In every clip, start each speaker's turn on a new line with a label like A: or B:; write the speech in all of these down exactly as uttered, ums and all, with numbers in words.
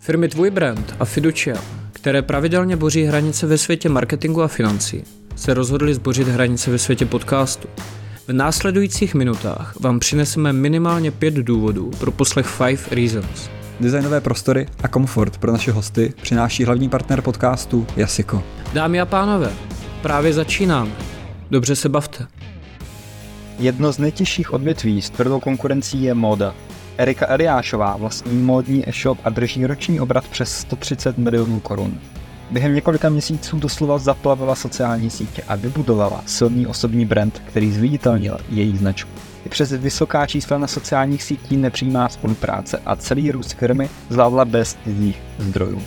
A: Firmy Tvůj brand a Fiducia, které pravidelně boří hranice ve světě marketingu a financí, se rozhodly zbořit hranice ve světě podcastu. V následujících minutách vám přineseme minimálně pět důvodů pro poslech Five Reasons.
B: Designové prostory a komfort pro naše hosty přináší hlavní partner podcastu Jasiko.
A: Dámy a pánové, právě začínáme. Dobře se bavte.
C: Jedno z nejtěžších odvětví s tvrdou konkurencí je móda. Erika Eliášová vlastní módní e-shop a drží roční obrat přes sto třicet milionů korun. Během několika měsíců doslova zaplavila sociální sítě a vybudovala silný osobní brand, který zviditelnil její značku. I přes vysoká čísla na sociálních sítích nepřímá spolupráce a celý růst firmy zvládla bez cizích zdrojů.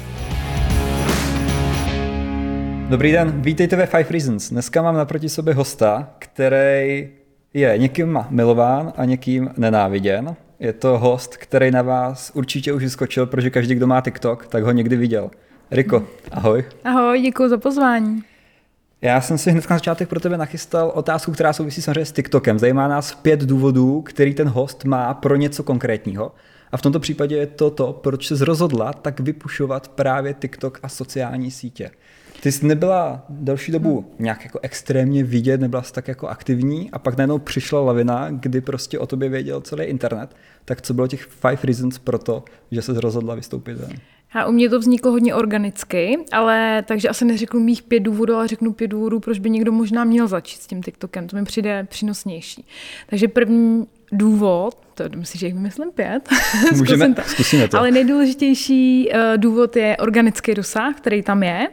B: Dobrý den, vítejte ve Five Reasons. Dneska mám naproti sobě hosta, který je někým milován a někým nenáviděn. Je to host, který na vás určitě už vyskočil, protože každý, kdo má TikTok, tak ho někdy viděl. Riko, ahoj.
D: Ahoj, děkuji za pozvání.
B: Já jsem si hned na začátek pro tebe nachystal otázku, která souvisí samozřejmě s TikTokem. Zajímá nás pět důvodů, který ten host má pro něco konkrétního. A v tomto případě je to to, proč se rozhodla tak vypušovat právě TikTok a sociální sítě. Ty jsi nebyla delší dobu nějak jako extrémně vidět, nebyla jsi tak jako aktivní a pak najednou přišla lavina, kdy prostě o tobě věděl celý internet. Tak co bylo těch five reasons pro to, že se rozhodla vystoupit ven?
D: A u mě to vzniklo hodně organicky, ale takže asi neřeknu mých pět důvodů, ale řeknu pět důvodů, proč by někdo možná měl začít s tím TikTokem. To mi přijde přínosnější. Takže první důvod, to myslím, že jich vymyslím pět.
B: Můžeme, to. Zkusíme to.
D: Ale nejdůležitější uh, důvod je organický dosah, který tam je.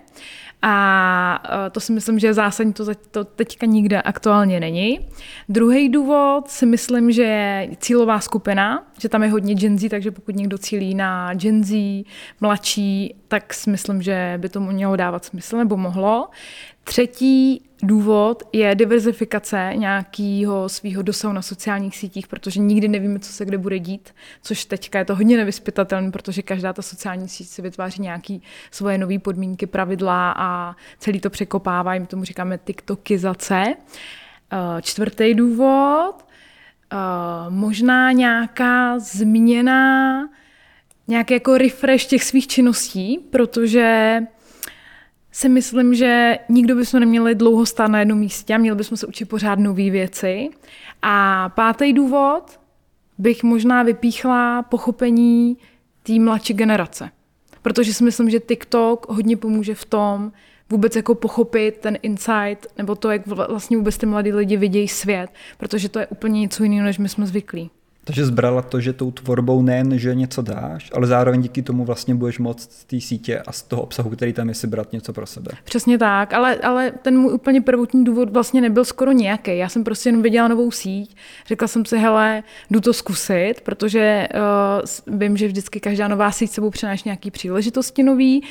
D: A to si myslím, že je zásadní, to, to teďka nikde aktuálně není. Druhý důvod si myslím, že je cílová skupina, že tam je hodně Gen Z, takže pokud někdo cílí na Gen Z, mladší, tak si myslím, že by to mělo dávat smysl, nebo mohlo. Třetí důvod je diverzifikace nějakého svého dosahu na sociálních sítích, protože nikdy nevíme, co se kde bude dít, což teďka je to hodně nevyzpytatelné, protože každá ta sociální síť si vytváří nějaké svoje nové podmínky, pravidla a celý to překopává, my tomu říkáme tiktokizace. Čtvrtý důvod, možná nějaká změna, nějaký jako refresh těch svých činností, protože si myslím, že nikdo bychom neměli dlouho stát na jednom místě a měli bychom se učit pořád nové věci. A pátý důvod bych možná vypíchla pochopení té mladší generace. Protože si myslím, že TikTok hodně pomůže v tom vůbec jako pochopit ten insight nebo to, jak vlastně vůbec ty mladí lidi vidějí svět, protože to je úplně něco jiného, než my jsme zvyklí.
B: Takže zbrala to, že tou tvorbou nejen, že něco dáš, ale zároveň díky tomu vlastně budeš moct z té sítě a z toho obsahu, který tam je, si brát něco pro sebe.
D: Přesně tak, ale, ale ten můj úplně prvotní důvod vlastně nebyl skoro nějaký. Já jsem prostě jenom viděla novou síť, řekla jsem si, hele, jdu to zkusit, protože uh, vím, že vždycky každá nová síť sebou přináší nějaké příležitosti nový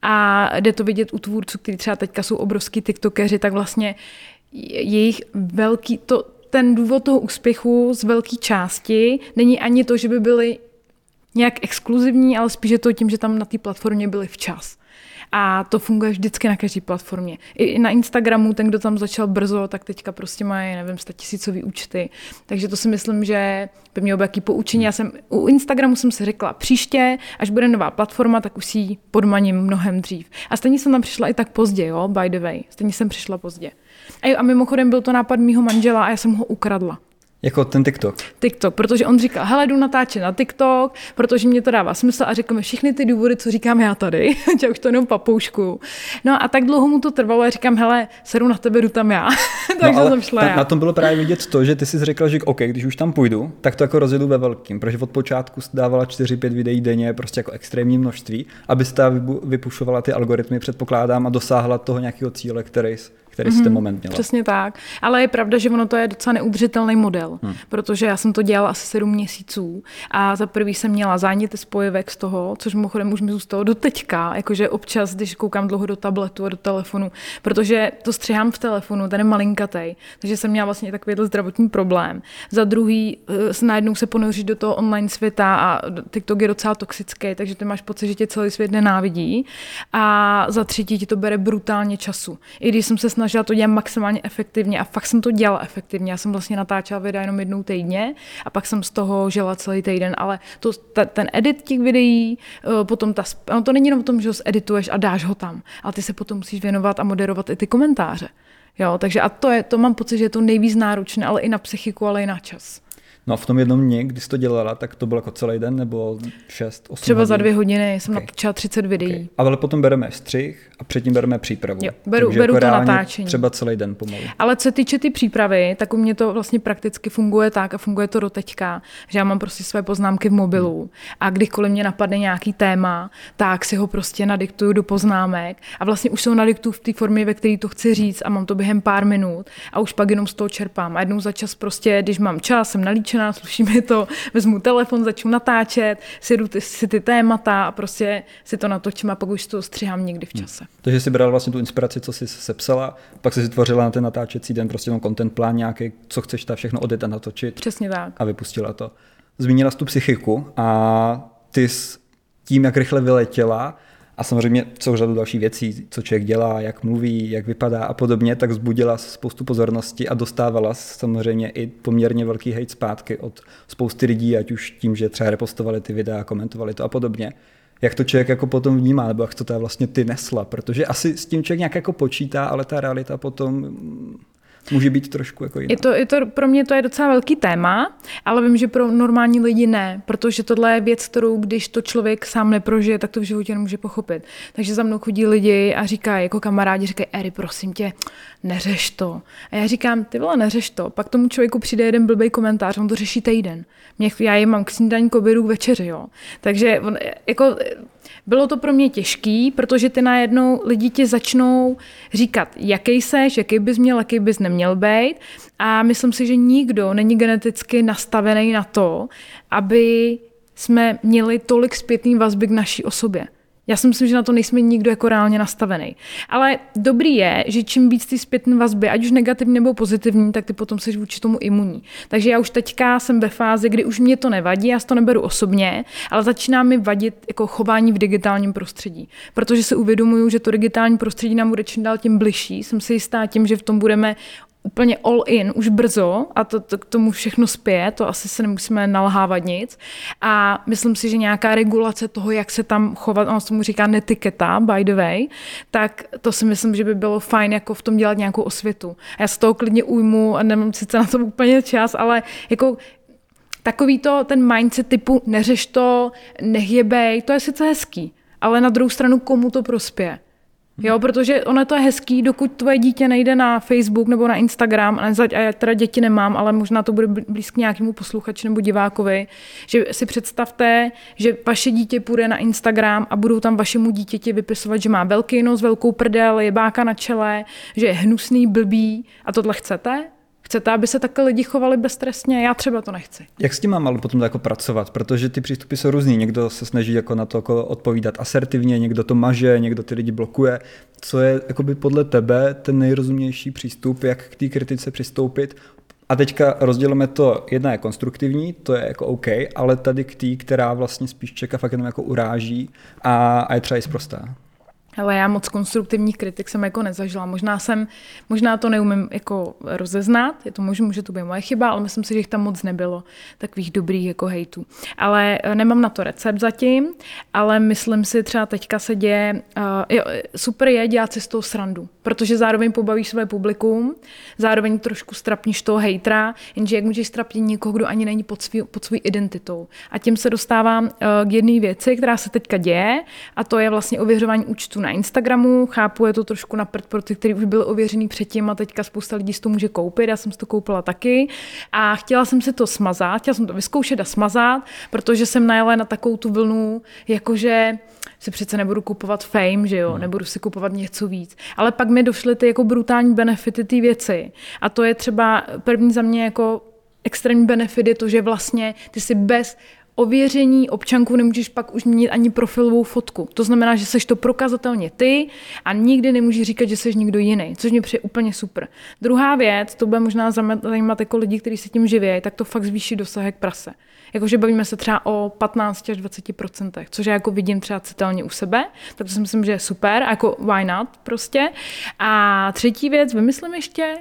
D: a jde to vidět u tvůrců, kteří třeba teďka jsou obrovský tiktokeři, tak vlastně jejich velký, to ten důvod toho úspěchu z velké části není ani to, že by byli nějak exkluzivní, ale spíš je to tím, že tam na té platformě byli včas. A to funguje vždycky na každé platformě. I na Instagramu, ten, kdo tam začal brzo, tak teďka prostě mají, nevím, statisícový účty. Takže to si myslím, že by mělo být jaký poučení. Já jsem, u Instagramu jsem si řekla, příště, až bude nová platforma, tak už si ji podmaním mnohem dřív. A stejně jsem tam přišla i tak pozdě, jo, by the way. Stejně jsem přišla pozdě. A, jo, a mimochodem byl to nápad mýho manžela a já jsem ho ukradla.
B: Jako ten TikTok?
D: TikTok, protože on říkal, hele, jdu natáčet na TikTok, protože mě to dává smysl a řekl mi všechny ty důvody, co říkám já tady, že už to jenom papouškuju. No a tak dlouho mu to trvalo a říkám, hele, sedu na tebe, jdu tam já. Takže
B: no,
D: jsem šla
B: ta,
D: já.
B: Na tom bylo právě vidět to, že ty jsi řekl, že OK, když už tam půjdu, tak to jako rozjedu ve velkým, protože od počátku dávala čtyři pět videí denně, prostě jako extrémní množství, aby se ta vypušovala ty algoritmy, předpokládám, a dosáhla toho nějakého cíle, který který jsi ten moment měla.
D: Přesně tak. Ale je pravda, že ono to je docela neudržitelný model, hmm. protože já jsem to dělala asi sedm měsíců a za prvý jsem měla záněty spojivek z toho, což mimochodem už mi zůstalo do teďka, jakože občas, když koukám dlouho do tabletu a do telefonu, protože to střihám v telefonu, ten je malinkatej, takže jsem měla vlastně takovýhle zdravotní problém. Za druhý, najednou se ponoříš do toho online světa a TikTok je docela toxický, takže ty máš pocit, že tě celý svět nenávidí. A za třetí ti to bere brutálně času. I když jsem se snažila to dělat maximálně efektivně a fakt jsem to dělala efektivně. Já jsem vlastně natáčela videa videa jenom jednou týdně a pak jsem z toho žila celý týden, ale to, ta, ten edit těch videí, potom ta, no to není jenom o tom, že ho edituješ a dáš ho tam, ale ty se potom musíš věnovat a moderovat i ty komentáře. Jo, takže a to, je, to mám pocit, že je to nejvíc náročné, ale i na psychiku, ale i na čas.
B: No a v tom jednom dni, když jsi to dělala, tak to bylo jako celý den nebo šest, osm
D: Třeba
B: hodin?
D: za dvě hodiny jsem
B: okay.
D: natočila třicet videí. Okay.
B: Ale potom bereme střih a předtím bereme přípravu.
D: Jo, beru,
B: Takže
D: beru
B: jako
D: to
B: reálně
D: natáčení.
B: Třeba celý den pomalu.
D: Ale co týče ty přípravy, tak u mě to vlastně prakticky funguje tak a funguje to do teďka, že já mám prostě své poznámky v mobilu hmm. a kdykoliv mě napadne nějaký téma, tak si ho prostě nadiktuju do poznámek a vlastně už se ho nadiktuju v té formě, ve které to chci říct a mám to během pár minut a už pak jenom z toho čerpám. A jednou za čas prostě, když mám čas, jsem nalíčená, sluší mi to, vezmu telefon, začnu natáčet, sjedu ty, si ty témata a prostě si to natočím a pak už to střihám někdy v čase.
B: Hmm. Takže jsi brala vlastně tu inspiraci, co jsi sepsala, pak jsi si tvořila na ten natáčecí den prostě ten content plán nějaký, co chceš tam všechno odjet a natočit.
D: Přesně tak.
B: A vypustila to. Zmínila jsi tu psychiku a ty s tím, jak rychle vyletěla a samozřejmě celou řadu dalších věcí, co člověk dělá, jak mluví, jak vypadá a podobně, tak vzbudila spoustu pozornosti a dostávala samozřejmě i poměrně velký hejt zpátky od spousty lidí, ať už tím, že třeba repostovali ty videa, komentovali to a podobně. Jak to člověk jako potom vnímá, nebo jak to ta vlastně ty nesla, protože asi s tím člověk nějak jako počítá, ale ta realita potom může být trošku jako jiná.
D: Je to, je to, pro mě to je docela velký téma, ale vím, že pro normální lidi ne, protože tohle je věc, kterou když to člověk sám neprožije, tak to v životě nemůže pochopit. Takže za mnou chodí lidi a říkají, jako kamarádi, říkají, Eri, prosím tě, neřeš to. A já říkám, ty vole, neřeš to. Pak tomu člověku přijde jeden blbej komentář, on to řeší týden. Mě, já je mám k snídani, k obědu, k večeři, jo. Takže on, jako... Bylo to pro mě těžký, protože ty najednou lidi ti začnou říkat, jaký seš, jaký bys měl, jaký bys neměl být. A myslím si, že nikdo není geneticky nastavený na to, aby jsme měli tolik zpětný vazby k naší osobě. Já si myslím, že na to nejsme nikdo jako reálně nastavený. Ale dobrý je, že čím víc ty zpětné vazby, ať už negativní nebo pozitivní, tak ty potom seš vůči tomu imunní. Takže já už teďka jsem ve fázi, kdy už mě to nevadí, já si to neberu osobně, ale začíná mi vadit jako chování v digitálním prostředí. Protože si uvědomuju, že to digitální prostředí nám bude čím dál tím bližší. Jsem si jistá tím, že v tom budeme úplně all in už brzo a to, to k tomu všechno spěje, to asi se nemusíme nalhávat nic. A myslím si, že nějaká regulace toho, jak se tam chovat, ono se tomu říká netiketa, by the way, tak to si myslím, že by bylo fajn jako v tom dělat nějakou osvětu. A já se toho klidně ujmu a nemám sice na to úplně čas, ale jako takový to, ten mindset typu neřeš to, nech je bej, to je sice hezký, ale na druhou stranu komu to prospěje. Jo, protože ono to je hezký, dokud tvoje dítě nejde na Facebook nebo na Instagram, a já teda děti nemám, ale možná to bude blízko nějakému posluchači nebo divákovi, že si představte, že vaše dítě půjde na Instagram a budou tam vašemu dítěti vypisovat, že má velký nos, velkou prdel, je báka na čele, že je hnusný, blbý a tohle chcete? Chcete, aby se takhle lidi chovali beztrestně? Já třeba to nechci.
B: Jak s tím mám ale potom jako pracovat? Protože ty přístupy jsou různý. Někdo se snaží jako na to jako odpovídat asertivně, někdo to maže, někdo ty lidi blokuje. Co je jakoby podle tebe ten nejrozumnější přístup, jak k té kritice přistoupit? A teďka rozdělíme to, jedna je konstruktivní, to je jako OK, ale tady k té, která vlastně spíš čeká, fakt jenom jako uráží a, a je třeba i sprostá.
D: Ale já moc konstruktivních kritik jsem jako nezažila. Možná jsem, možná to neumím jako rozeznat, je to možná, že to bude moje chyba, ale myslím si, že jich tam moc nebylo, takových dobrých jako hejtů. Ale nemám na to recept zatím, ale myslím si, třeba teďka se děje, uh, jo, super je dělat si z toho srandu, protože zároveň pobavíš své publikum, zároveň trošku strapníš toho hejtra, jenže jak můžeš strapnit někoho, kdo ani není pod, svý, pod svou identitou. A tím se dostávám uh, k jedné věci, která se teďka děje, a to je vlastně ověřování účtu na Instagramu. Chápu, je to trošku na prd pro ty, kteří už byli ověřený předtím a teďka spousta lidí si to může koupit. Já jsem si to koupila taky a chtěla jsem si to smazat, chtěla jsem to vyzkoušet a smazat, protože jsem najela na takovou tu vlnu, jakože si přece nebudu kupovat fame, že jo, nebudu si kupovat něco víc. Ale pak mi došly ty jako brutální benefity ty věci. A to je třeba první za mě jako extrémní benefit je to, že vlastně ty si bez ověření občanku nemůžeš pak už měnit ani profilovou fotku. To znamená, že seš to prokazatelně ty a nikdy nemůžeš říkat, že seš někdo jiný, což mě přijde úplně super. Druhá věc, to bude možná zajímat jako lidi, kteří se tím živí, tak to fakt zvýší dosah k prase. Jakože bavíme se třeba o patnáct až dvacet procent, což já jako vidím třeba citelně u sebe, tak to si myslím, že je super, a jako why not prostě. A třetí věc, vymyslím ještě,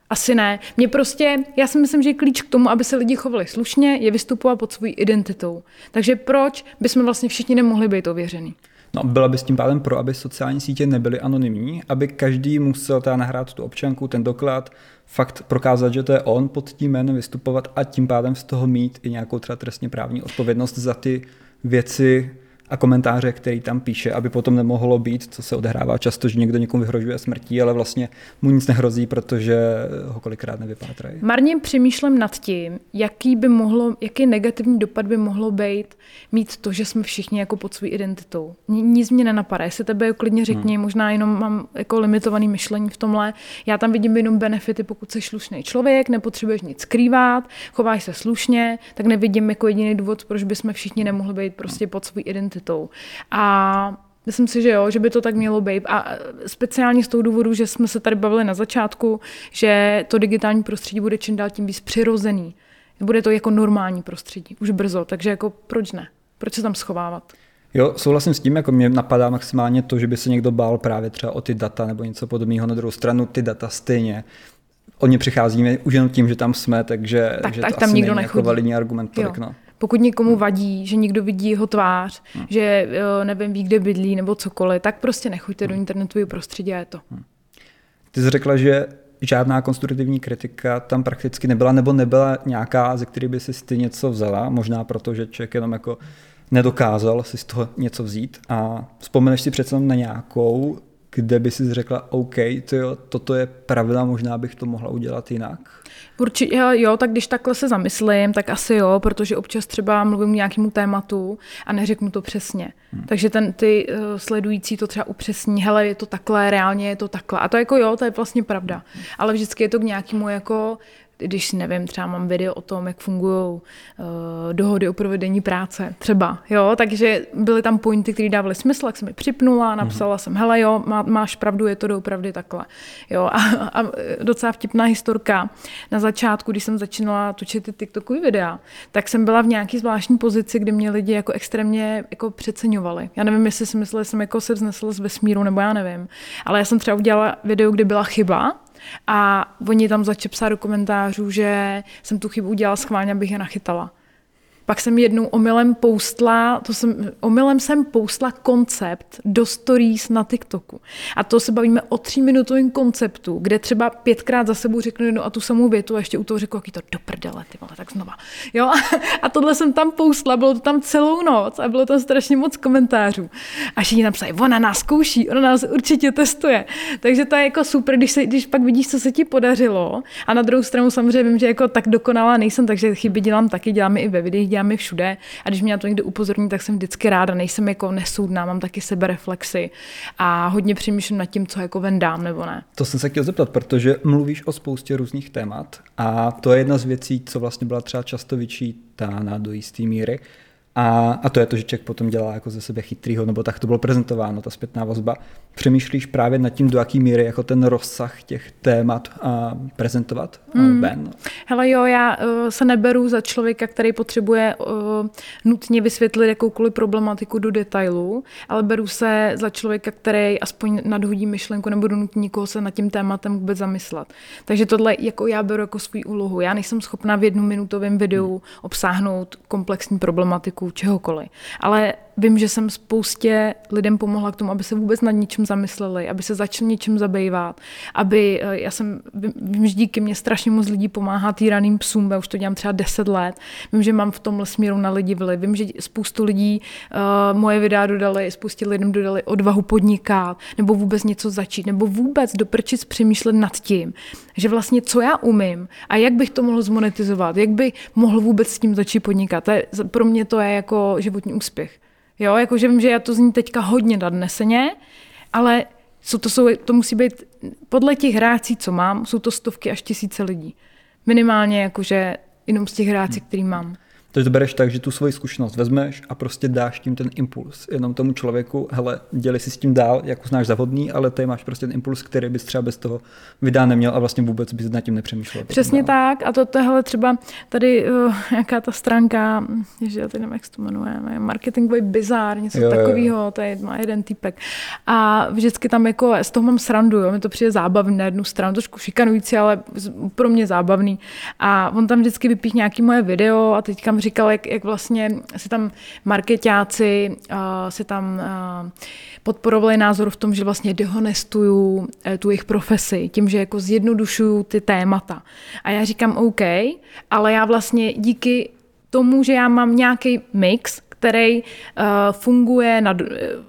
D: Asi ne. Mě prostě, já si myslím, že klíč k tomu, aby se lidi chovali slušně, je vystupovat pod svojí identitou. Takže proč bychom vlastně všichni nemohli být ověřený?
B: No, byla by s tím pádem pro, aby sociální sítě nebyly anonymní, aby každý musel teda nahrát tu občanku, ten doklad, fakt prokázat, že to je on, pod tím jménem vystupovat a tím pádem z toho mít i nějakou třeba trestně právní odpovědnost za ty věci a komentáře, který tam píše, aby potom nemohlo být, co se odehrává často, že někdo někomu vyhrožuje smrtí, ale vlastně mu nic nehrozí, protože ho kolikrát nevypátrají.
D: Marně přemýšlím nad tím, jaký by mohlo, jaký negativní dopad by mohlo být mít to, že jsme všichni jako pod svou identitou. Nic mě nenapadá, jestli tebe klidně řekni, hmm. možná jenom mám jako limitovaný myšlení v tomhle. Já tam vidím jenom benefity, pokud jsi slušný člověk, nepotřebuješ nic skrývat, chováš se slušně, tak nevidím jako jediný důvod, proč bychom všichni nemohli být prostě pod svou identitou. A myslím si, že jo, že by to tak mělo být. A speciálně z toho důvodu, že jsme se tady bavili na začátku, že to digitální prostředí bude čím dál tím víc přirozený. Bude to jako normální prostředí, už brzo, takže jako proč ne? Proč se tam schovávat?
B: Jo, souhlasím s tím, jako mě napadá maximálně to, že by se někdo bál právě třeba o ty data nebo něco podobného. Na druhou stranu ty data stejně. Oni přicházíme už jenom tím, že tam jsme, takže
D: tak,
B: že
D: tak
B: to
D: tam
B: asi
D: nikdo
B: není
D: nechodí.
B: Jako validní argument tolik, no.
D: Pokud někomu vadí, že někdo vidí jeho tvář, hmm. že nevím, ví, kde bydlí nebo cokoliv, tak prostě nechoďte hmm. do internetového prostředí a je to. Hmm.
B: Ty jsi řekla, že žádná konstruktivní kritika tam prakticky nebyla, nebo nebyla nějaká, ze které by si ty něco vzala, možná proto, že člověk jenom jako nedokázal si z toho něco vzít. A vzpomeneš si přece na nějakou, kde by si řekla, OK, to jo, toto je pravda, možná bych to mohla udělat jinak?
D: Určitě jo, tak když takhle se zamyslím, tak asi jo, protože občas třeba mluvím k nějakému tématu a neřeknu to přesně. Hmm. Takže ten, ty uh, sledující to třeba upřesní, hele, je to takhle, reálně je to takhle. A to jako jo, to je vlastně pravda. Ale vždycky je to k nějakému jako, když nevím, třeba mám video o tom, jak fungují uh, dohody o provedení práce, třeba, jo, takže byly tam pointy, které dávaly smysl, jak jsem je připnula, napsala mm-hmm. jsem, hele jo, má, máš pravdu, je to doopravdy takhle, jo, a, a docela vtipná historka, na začátku, když jsem začínala točit ty TikTokové videa, tak jsem byla v nějaký zvláštní pozici, kde mě lidi jako extrémně jako přeceňovali. Já nevím, jestli si mysleli, že jsem jako se vznesla z vesmíru, nebo já nevím, ale já jsem třeba udělala video, kde byla chyba, a oni tam začali psát do komentářů, že jsem tu chybu udělala schválně, abych je nachytala. Pak jsem jednou omylem postla, to jsem, omylem jsem postla koncept do stories na TikToku. A to se bavíme o tříminutovém konceptu, kde třeba pětkrát za sebou řeknu jednu a tu samou větu a ještě u toho řeknu, jaký to do prdele, ty vole, tak znova. Jo? A tohle jsem tam postla, bylo to tam celou noc a bylo tam strašně moc komentářů. A všichni tam psali, ona nás zkouší, ona nás určitě testuje. Takže to je jako super, když, se, když pak vidíš, co se ti podařilo. A na druhou stranu samozřejmě vím, že jako tak dokonalá nejsem, takže chyby dělám taky, děláme i ve videích, děláme všude. A když mě na to někdo upozorní, tak jsem vždycky ráda, nejsem jako nesoudná, mám taky sebereflexy a hodně přemýšlím nad tím, co jako ven dám nebo ne.
B: To jsem se chtěl zeptat, protože mluvíš o spoustě různých témat a to je jedna z věcí, co vlastně byla třeba často vyčítána do jisté míry. A, a to je to, že člověk potom dělá jako ze sebe chytrýho, nebo tak to bylo prezentováno, ta zpětná vazba. Přemýšlíš právě nad tím, do jaký míry jako ten rozsah těch témat a prezentovat hmm. ven?
D: Hele jo, já uh, se neberu za člověka, který potřebuje uh, nutně vysvětlit jakoukoliv problematiku do detailu, ale beru se za člověka, který aspoň nadhodí myšlenku nebo donutí nikoho se nad tím tématem vůbec zamyslet. Takže tohle jako já beru jako svou úlohu. Já nejsem schopná v jednominutovém videu hmm. obsáhnout komplexní problematiku čehokoliv. Ale vím, že jsem spoustě lidem pomohla k tomu, aby se vůbec nad ničím zamysleli, aby se začali něčím zabývat, aby, já jsem, vím, že díky mě strašně moc lidí pomáhá týraným psům, já už to dělám třeba deset let, vím, že mám v tomhle směru na lidi vliv, vím, že spoustu lidí uh, moje videa dodali, spoustě lidem dodali odvahu podnikat, nebo vůbec něco začít, nebo vůbec doprčit přemýšlet nad tím, že vlastně co já umím a jak bych to mohl zmonetizovat, jak by mohl vůbec s tím začít podnikat. To je, pro mě to je jako životní úspěch. Jo, jakože vím, že já to zní teďka hodně nadneseně, ale co to, jsou, to musí být, podle těch hrácí, co mám, jsou to stovky až tisíce lidí. Minimálně jakože jenom z těch hrácí, který mám.
B: Takže to bereš tak, že tu svoji zkušenost vezmeš a prostě dáš tím ten impuls. Jenom tomu člověku, hele, dělej si s tím dál, jak uznáš za vhodný, ale tady máš prostě ten impuls, který bys třeba bez toho videa neměl a vlastně vůbec bys nad tím nepřemýšlel.
D: Přesně tak a to tohle třeba tady uh, jaká ta stránka, že já teď nevím, jak se to jmenuje, marketingový bizár, něco jo, takového, jo. To je má jeden týpek. A vždycky tam jako z toho mám srandu, jo, mi to přijde zábavný na jednu stranu, trošku šikanující, ale pro mě zábavný. A on tam vždycky vypíchne nějaký moje video a teďka mi říkal, jak, jak vlastně si tam marketáci uh, si tam uh, podporovali názor v tom, že vlastně dehonestuju uh, tu jejich profesi, tím, že jako zjednodušuju ty témata. A já říkám OK, ale já vlastně díky tomu, že já mám nějaký mix, který uh, funguje na,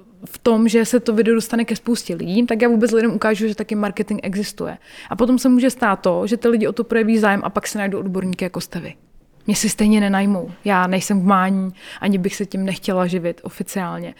D: v tom, že se to video dostane ke spoustě lidí, tak já vůbec lidem ukážu, že taky marketing existuje. A potom se může stát to, že ty lidi o to projeví zájem a pak se najdou odborníky jako jste vy. Mě si stejně nenajmou. Já nejsem v mání, ani bych se tím nechtěla živit oficiálně.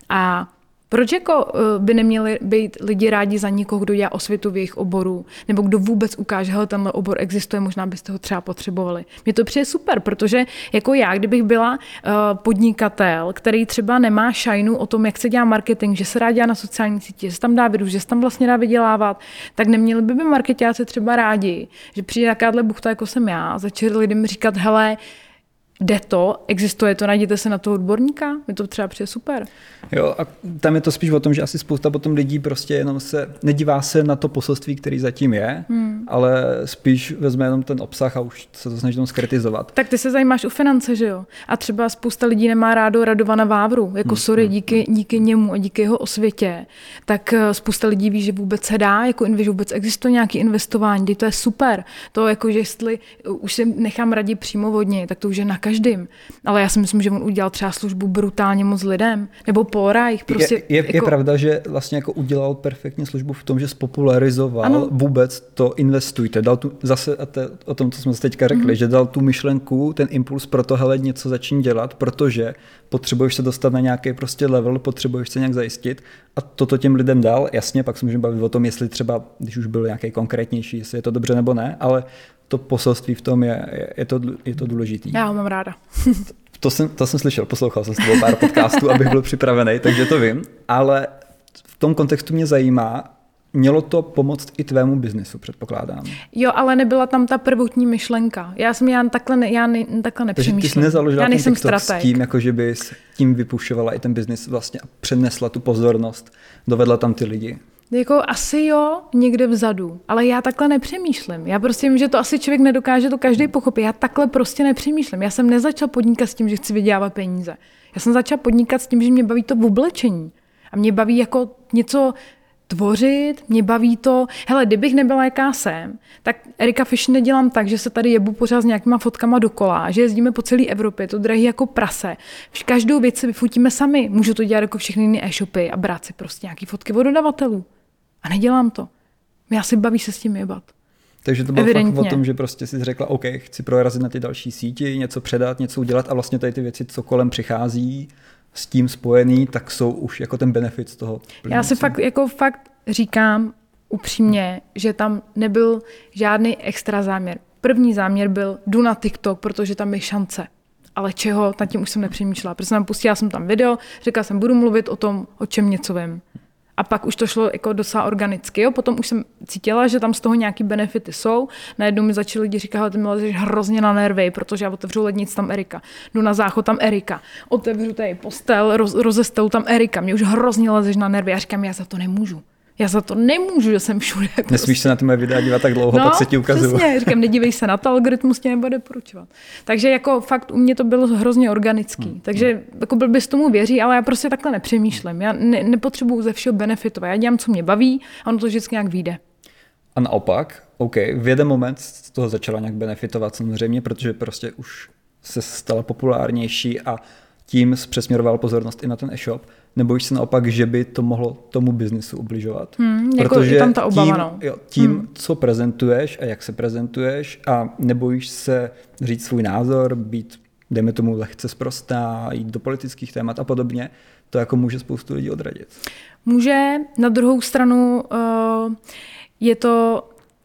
D: A proč jako by neměli být lidi rádi za někoho, kdo dělá osvětu v jejich oboru, nebo kdo vůbec ukáže, že tenhle obor existuje, možná byste ho třeba potřebovali. Mně to přijde super, protože jako já, kdybych byla uh, podnikatel, který třeba nemá šajnu o tom, jak se dělá marketing, že se rád dělá na sociální síti, že se tam dá vidu, že se tam vlastně dá vydělávat, tak neměli by by marketáci třeba rádi, že přijde takováhle buchta, jako jsem já, a začali lidem říkat, hele, jde to, existuje to, najděte se na toho odborníka, mi to třeba přijde super.
B: Jo, a tam je to spíš o tom, že asi spousta potom lidí prostě jenom se nedívá se na to poselství, který zatím je, hmm. ale spíš vezme jenom ten obsah a už se to snaží tomu skritizovat.
D: Tak ty se zajímáš o finance, že jo? A třeba spousta lidí nemá rádo Radovana Vávru, jako hmm. sorry, díky, díky němu a díky jeho osvětě, tak spousta lidí ví, že vůbec se dá, jako že vůbec existuje nějaký investování, to je super. To jako, že jestli už si nechám radit přímo od něj, tak to už je na každým. Ale já si myslím, že on udělal třeba službu brutálně moc lidem, nebo Paul Reich. Prostě
B: je, je,
D: jako...
B: je pravda, že vlastně jako udělal perfektní službu v tom, že spopularizoval ano. vůbec to investujte. Dal tu, zase te, o tom, co jsme teďka řekli, mm-hmm. že dal tu myšlenku, ten impuls pro to, hele, něco začít dělat, protože potřebuješ se dostat na nějaký prostě level, potřebuješ se nějak zajistit a toto těm lidem dal. Jasně, pak se můžeme bavit o tom, jestli třeba, když už byl nějaký konkrétnější, jestli je to dobře nebo ne, ale to poselství v tom je, je, je, to, je to důležitý.
D: Já ho mám ráda.
B: to, jsem, to jsem slyšel, poslouchal jsem s tebou pár podcastů, abych byl připravený, takže to vím, ale v tom kontextu mě zajímá, mělo to pomoct i tvému biznesu, předpokládám.
D: Jo, ale nebyla tam ta prvotní myšlenka. Já jsem já takhle, ne, já ne, takhle nepřemýšlím.
B: Takže ty jsi nezaložila
D: já
B: ten TikTok
D: strateg.
B: s tím, jako že bys tím vypušovala i ten biznis vlastně a přenesla tu pozornost, dovedla tam ty lidi.
D: Jako asi jo, někde vzadu, ale já takhle nepřemýšlím. Já prostě vím, že to asi člověk nedokáže to každý pochopit. Já takhle prostě nepřemýšlím. Já jsem nezačal podnikat s tím, že chci vydělávat peníze. Já jsem začal podnikat s tím, že mě baví to v oblečení. A mě baví jako něco tvořit, mě baví to. Hele, kdybych nebyla jaká jsem, tak Erika Fashion nedělám tak, že se tady jebu pořád s nějakýma fotkama dokola, že jezdíme po celé Evropě, to drahý jako prase. Každou věc si vyfotíme sami. Můžu to dělat jako všechny jiné e-shopy a brát si prostě nějaký fotky od dodavatelů. A nedělám to. Já si baví se s tím jebat.
B: Takže to bylo fakt o tom, že prostě si řekla, OK, chci prorazit na ty další síti, něco předat, něco udělat a vlastně tady ty věci, co kolem přichází, s tím spojený, tak jsou už jako ten benefit z toho.
D: Já si fakt, jako fakt říkám upřímně, že tam nebyl žádný extra záměr. První záměr byl, jdu na TikTok, protože tam je šance. Ale čeho, nad tím už jsem nepřemýšlela. Protože jsem pustila jsem tam video, řekla jsem, budu mluvit o tom, o čem něco vím. A pak už to šlo jako docela organicky. Jo? Potom už jsem cítila, že tam z toho nějaký benefity jsou. Najednou mi začali lidi říkat, že ty mi lezeš hrozně na nervy, protože já otevřu lednic, tam Erika. Jdu na záchod, tam Erika. Otevřu tady postel, roz, rozestelu, tam Erika. Mě už hrozně lezeš na nervy. Já říkám, já za to nemůžu. Já za to nemůžu, že jsem všude.
B: Prostě. Nesmíš se na ty moje videa dívat tak dlouho,
D: no,
B: pak se ti ukazuju.
D: Přesně, říkám, nedívej se na to, algoritmus tě nebude doporučovat. Takže jako fakt u mě to bylo hrozně organický. Hmm. Takže jako blbě z tomu věří, ale já prostě takhle nepřemýšlím. Já ne, nepotřebuju ze všeho benefitovat. Já dělám, co mě baví a ono to vždycky nějak vyjde.
B: A naopak, OK, v jeden moment z toho začala nějak benefitovat samozřejmě, protože prostě už se stala populárnější a tím přesměroval pozornost i na ten e-shop, nebojíš se naopak, že by to mohlo tomu biznisu ubližovat.
D: Hmm, jako protože tam ta obava,
B: tím,
D: no.
B: jo, tím
D: hmm.
B: co prezentuješ a jak se prezentuješ a nebojíš se říct svůj názor, být, dejme tomu, lehce sprostá, jít do politických témat a podobně, to jako může spoustu lidí odradit.
D: Může, na druhou stranu uh, je to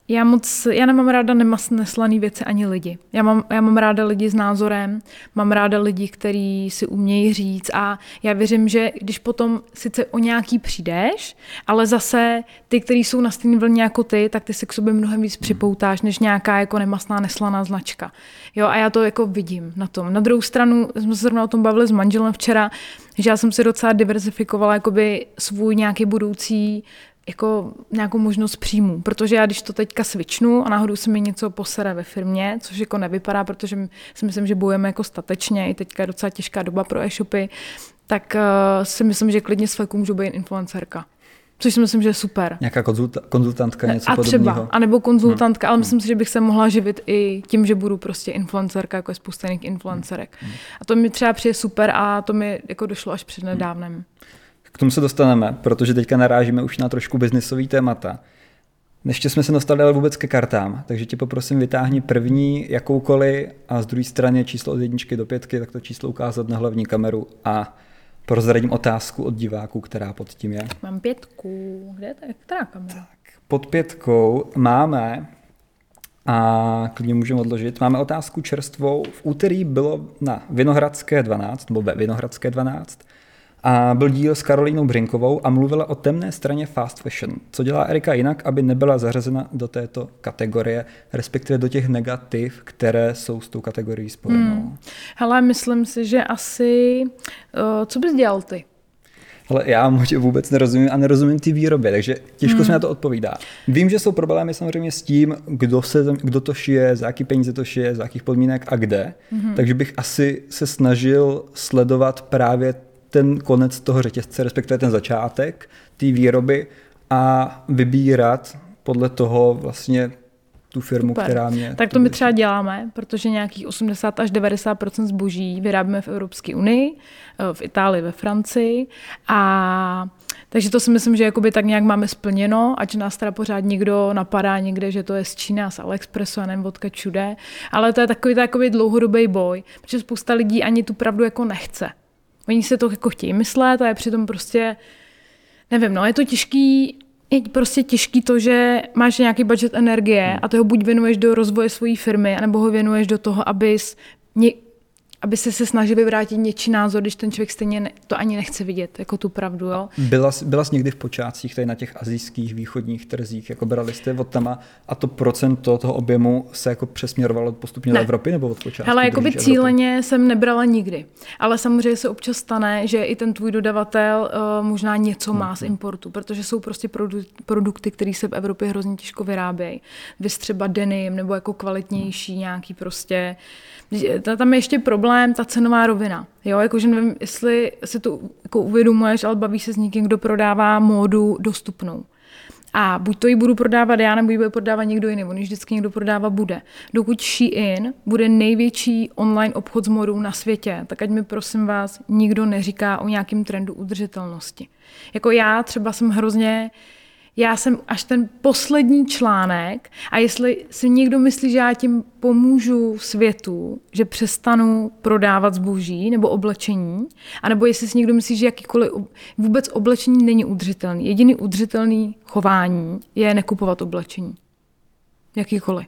D: Já moc, já nemám ráda nemas, neslaný věci ani lidi. Já mám, já mám ráda lidi s názorem, mám ráda lidi, kteří si umějí říct a já věřím, že když potom sice o nějaký přijdeš, ale zase ty, kteří jsou na stejné vlně jako ty, tak ty se k sobě mnohem víc připoutáš, než nějaká jako nemastná, neslaná značka. Jo, a já to jako vidím na tom. Na druhou stranu, jsme se zrovna o tom bavili s manželem včera, že já jsem si docela diverzifikovala jakoby svůj nějaký budoucí jako nějakou možnost příjmu, protože já když to teďka switchnu a náhodou se mi něco posere ve firmě, což jako nevypadá, protože si myslím, že bojujeme jako statečně, i teďka je docela těžká doba pro e-shopy, tak uh, si myslím, že klidně s fleku můžu být influencerka. Což si myslím, že je super.
B: Nějaká konzulta- konzultantka, něco
D: a
B: podobného.
D: Třeba, anebo konzultantka, hmm. ale myslím si, že bych se mohla živit i tím, že budu prostě influencerka, jako je spousta jiných influencerek. Hmm. A to mi třeba přijde super a to mi jako došlo až před nedávnem. Hmm.
B: K tomu se dostaneme, protože teďka narážíme už na trošku biznisový témata. Ještě jsme se dostali ale vůbec ke kartám, takže tě poprosím, vytáhni první jakoukoliv a z druhé strany číslo od jedničky do pětky, tak to číslo ukázat na hlavní kameru a prozradím otázku od diváků, která pod tím je.
D: Mám pětku. Kde je ta, která kamera?
B: Tak, pod pětkou máme, a klidně můžeme odložit, máme otázku čerstvou. V úterý bylo na Vinohradské dvanáct, nebo ve Vinohradské dvanáct, a byl díl s Karolínou Brinkovou a mluvila o temné straně fast fashion. Co dělá Erika jinak, aby nebyla zařazena do této kategorie, respektive do těch negativ, které jsou s tou kategorií spojenou? Hmm.
D: Hele, myslím si, že asi... Uh, co bys dělal ty?
B: Ale já vůbec nerozumím a nerozumím ty výrobě, takže těžko hmm. se na to odpovídá. Vím, že jsou problémy samozřejmě s tím, kdo, se, kdo to šije, za jaký peníze to šije, za jakých podmínek a kde. Hmm. Takže bych asi se snažil sledovat právě ten konec toho řetězce, respektive ten začátek té výroby a vybírat podle toho vlastně tu firmu,
D: Super.
B: která mě...
D: Tak to my třeba děláme, protože nějakých osmdesát až devadesát procent zboží vyrábíme v Evropské unii, v Itálii, ve Francii a takže to si myslím, že jakoby tak nějak máme splněno, ať nás teda pořád někdo napadá někde, že to je z Číny a z AliExpressu a nevím odkud všude, ale to je takový takový dlouhodobý boj, protože spousta lidí ani tu pravdu jako nechce. Oni se to jako chtějí myslet a je přitom prostě, nevím, no je to těžký, je prostě těžký to, že máš nějaký budget energie a ty ho buď věnuješ do rozvoje své firmy, anebo ho věnuješ do toho, abys, ně, aby se se snažil vyvrátit něčí názor, když ten člověk stejně ne, to ani nechce vidět, jako tu pravdu. Jo?
B: Byla, byla jsi někdy v počátcích tady na těch asijských východních trzích, jako brali jste od tam a to procento toho objemu se jako přesměrovalo postupně ne. do Evropy nebo od počátku?
D: Hele, jakoby cíleně Evropy? Jsem nebrala nikdy, ale samozřejmě se občas stane, že i ten tvůj dodavatel uh, možná něco má z importu, protože jsou prostě produ- produkty, které se v Evropě hrozně těžko vyrábějí. Vys třeba denim nebo jako kvalitnější hmm. nějaký prostě, tam je ještě problém, ta cenová rovina. Jo, jakože nevím, jestli si to jako uvědomuješ, ale bavíš se s někým, kdo prodává módu dostupnou. A buď to ji budu prodávat já, nebo ji bude prodávat někdo jiný. On ji vždycky někdo prodávat bude. Dokud Shein bude největší online obchod s módou na světě, tak ať mi prosím vás nikdo neříká o nějakém trendu udržitelnosti. Jako já třeba jsem hrozně... Já jsem až ten poslední článek a jestli si někdo myslí, že já tím pomůžu světu, že přestanu prodávat zboží nebo oblečení, anebo jestli si někdo myslí, že jakýkoliv vůbec oblečení není udržitelný. Jediný udržitelný chování je nekupovat oblečení. Jakýkoliv.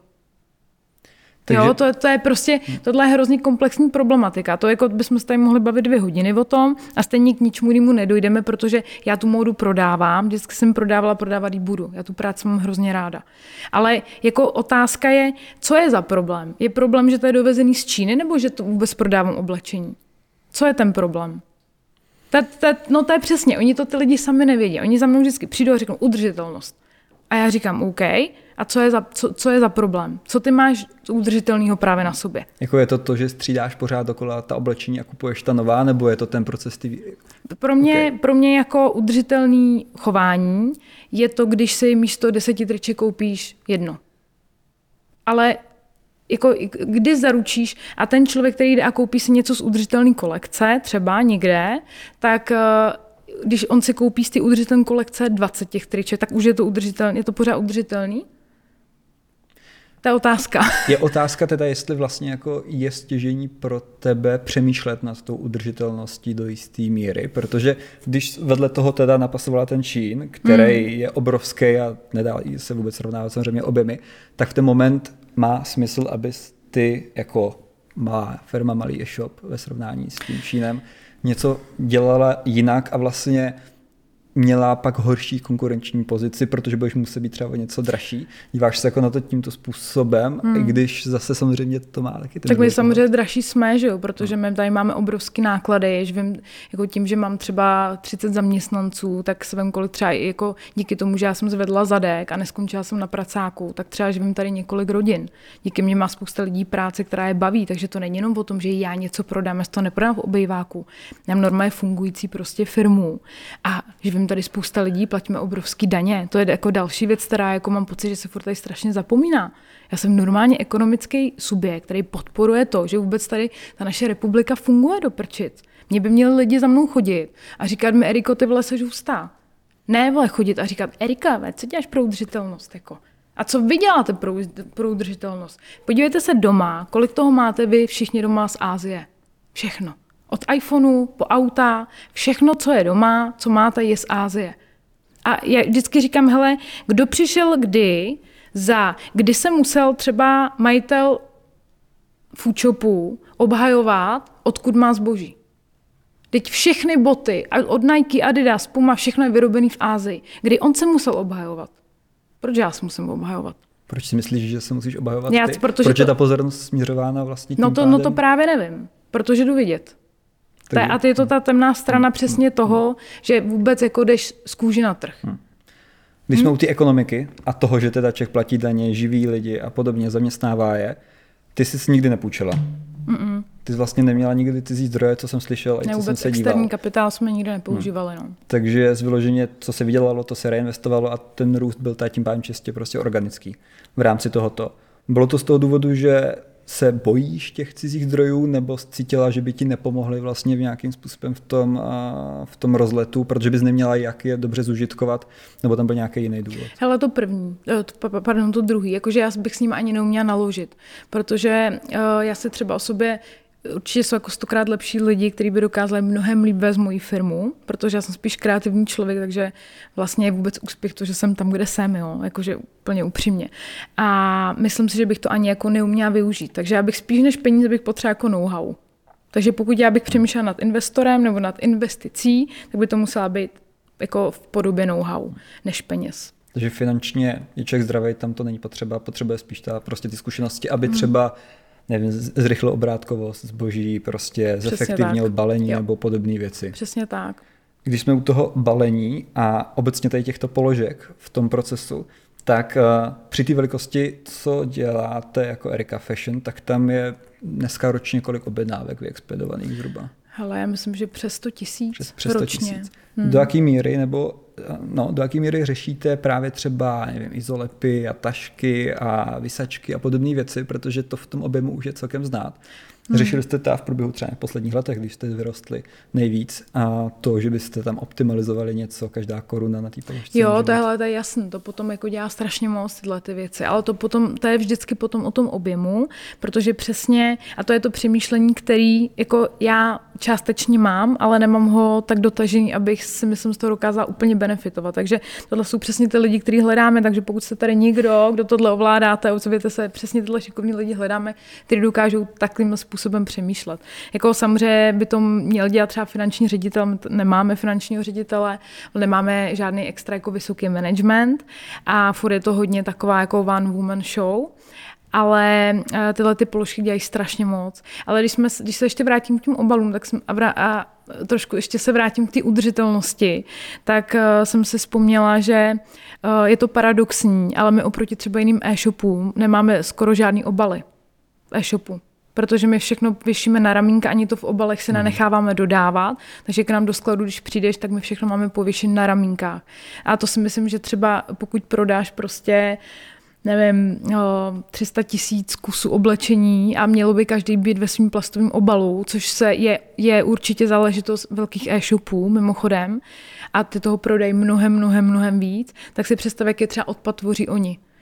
D: Takže... Jo, to, to je prostě, tohle je hrozně komplexní problematika. To jako bychom se tady mohli bavit dvě hodiny o tom a stejně k ničemu jinému nedojdeme, protože já tu módu prodávám, vždycky jsem prodávala, prodávat ji budu. Já tu práci mám hrozně ráda. Ale jako otázka je, co je za problém? Je problém, že to je dovezený z Číny, nebo že to vůbec prodávám oblečení? Co je ten problém? Ta, ta, no to je přesně, oni to ty lidi sami nevědí. Oni za mnou vždycky přijdou a řeknou udržitelnost. A já říkám, OK, a co je za, co, co je za problém? Co ty máš udržitelného právě na sobě?
B: Jako je to to, že střídáš pořád dokola ta oblečení a kupuješ ta nová, nebo je to ten proces? Ty...
D: Pro mě, okay. pro mě jako udržitelné chování je to, když si místo deseti triček koupíš jedno. Ale jako, kdy zaručíš a ten člověk, který jde a koupí si něco z udržitelné kolekce, třeba někde, tak... když on si koupí z té udržitelné kolekce dvacet těch triček, tak už je to udržitelný, je to pořád udržitelný? To je otázka.
B: Je otázka teda, jestli vlastně jako je stěžení pro tebe přemýšlet nad tou udržitelností do jisté míry, protože když vedle toho teda napasovala ten Čín, který hmm. je obrovský a nedá se vůbec srovnávat samozřejmě objemy, tak v ten moment má smysl, abys ty jako malá firma, malý e-shop ve srovnání s tím Čínem něco dělala jinak a vlastně měla pak horší konkurenční pozici, protože budeš muset být třeba o něco dražší. Díváš se jako na to tímto způsobem, hmm. i když zase samozřejmě to má taky ten
D: tak my samozřejmě dražší jsme, že jo, protože my tady máme obrovský náklady, že vím, jako tím, že mám třeba třicet zaměstnanců, tak se vím kolik třeba jako díky tomu, že já jsem zvedla zadek a neskončila jsem na pracáku, tak třeba, že vím tady několik rodin. Díky mně má spousta lidí práce, která je baví, takže to není jenom o tom, že já něco prodám, já to neprodám v obejváku. Já mám normálně fungující prostě firmu a že tady spousta lidí, platíme obrovský daně. To je jako další věc, která jako mám pocit, že se furt tady strašně zapomíná. Já jsem normálně ekonomický subjekt, který podporuje to, že vůbec tady ta naše republika funguje do prčic. Mě by měli lidi za mnou chodit a říkat mi, Eriko, ty vole seš hustá. Ne, vole, chodit a říkat, Erika, co děláš pro udržitelnost? Jako? A co vy děláte pro, pro udržitelnost? Podívejte se doma, kolik toho máte vy všichni doma z Asie. Všechno. Od iPhoneu po auta, všechno, co je doma, co máte, je z Asie. A já vždycky říkám, hele, kdo přišel kdy, za, kdy se musel třeba majitel foodshopu obhajovat, odkud má zboží. Teď všechny boty, od Nike, Adidas, Puma, všechno je vyrobené v Asii. Kdy on se musel obhajovat? Proč já se musím obhajovat?
B: Proč si myslíš, že se musíš obhajovat
D: já,
B: ty?
D: Proč
B: to...
D: je
B: ta pozornost směřována vlastně tím
D: no to,
B: pádem?
D: No to právě nevím, protože jdu vidět. Takže... A je to ta temná strana hmm. přesně hmm. toho, že vůbec jako jdeš z kůži na trh. Hmm.
B: Když jsme hmm. u té ekonomiky a toho, že teda Čech platí daně, živí lidi a podobně, zaměstnává je, ty jsi nikdy nepůjčila. Mm-mm. Ty jsi vlastně neměla nikdy cizí zdroje, co jsem slyšel, i co jsem se díval.
D: Externí kapitál jsme nikdy nepoužívali. Hmm. No.
B: Takže z vyloženě, co se vydělalo, to se reinvestovalo a ten růst byl tím pádem čistě prostě organický v rámci tohoto. Bylo to z toho důvodu, že se bojíš těch cizích zdrojů, nebo cítila, že by ti nepomohly vlastně v nějakým způsobem v tom, v tom rozletu, protože bys neměla jak je dobře zužitkovat, nebo tam byl nějaký jiný důvod?
D: Hele, to první, pardon, to druhý, jakože já bych s ním ani neuměla naložit, protože já si třeba o sobě určitě jsou jako stokrát lepší lidi, kteří by dokázali mnohem líp vést moji firmu, protože já jsem spíš kreativní člověk, takže vlastně je vůbec úspěch to, že jsem tam, kde jsem, jo, jakože úplně upřímně. A myslím si, že bych to ani jako neuměla využít, takže já bych spíš než peníze bych potřebovala jako know-how. Takže pokud já bych přemýšlela nad investorem nebo nad investicí, tak by to musela být jako v podobě know-how než peněz.
B: Takže finančně je člověk zdravý, tam to není potřeba, potřebuje spíš ta, prostě ty zkušenosti, aby třeba nevím, zrychlil obrátkovost zboží, prostě zefektivnil balení jo. nebo podobné věci.
D: Přesně tak.
B: Když jsme u toho balení a obecně tady těchto položek v tom procesu, tak uh, při té velikosti, co děláte jako Erika Fashion, tak tam je dneska ročně kolik objednávek vyexpedovaných zhruba?
D: Hele, já myslím, že přes sto tisíc
B: přes, přes
D: ročně.
B: sto tisíc. Hmm. Do jaký míry, nebo no, do jaký míry řešíte právě třeba, nevím, izolepy a tašky a visačky a podobné věci, protože to v tom objemu už je celkem znát. Řešili jste to v průběhu třeba v posledních letech, když jste vyrostli nejvíc a to, že byste tam optimalizovali něco, každá koruna na té položce?
D: Jo, tohle to je jasné, to potom jako dělá strašně moc tyhle ty věci, ale to potom, to je vždycky potom o tom objemu, protože přesně, a to je to přemýšlení, který jako já částečně mám, ale nemám ho tak dotažený, abych si myslím z toho dokázala úplně benefitovat. Takže tohle jsou přesně ty lidi, který hledáme, takže pokud jste tady někdo, kdo tohle ovládáte, ozvěte se, přesně tyhle šikovní lidi hledáme, kteří dokážou takovým způsobem přemýšlet. Jako samozřejmě by to měl dělat třeba finanční ředitel, my nemáme finančního ředitele, nemáme žádný extra jako vysoký management a furt je to hodně taková jako one woman show. Ale tyhle ty položky dělají strašně moc. Ale když, jsme, když se ještě vrátím k těm obalům, tak jsem, a, vrá, a trošku ještě se vrátím k té udržitelnosti, tak uh, jsem si vzpomněla, že uh, je to paradoxní, ale my oproti třeba jiným e-shopům nemáme skoro žádný obaly v e-shopu. Protože my všechno věšíme na ramínka, ani to v obalech se nenecháváme dodávat, takže k nám do skladu, když přijdeš, tak my všechno máme pověšené na ramínkách. A to si myslím, že třeba pokud prodáš prostě nevím, tři sta tisíc kusů oblečení a mělo by každý být ve svým plastovém obalu, což se je, je určitě záležitost velkých e-shopů mimochodem a ty toho prodají mnohem, mnohem, mnohem víc, tak si představ, jak je třeba odpad tvoří oni.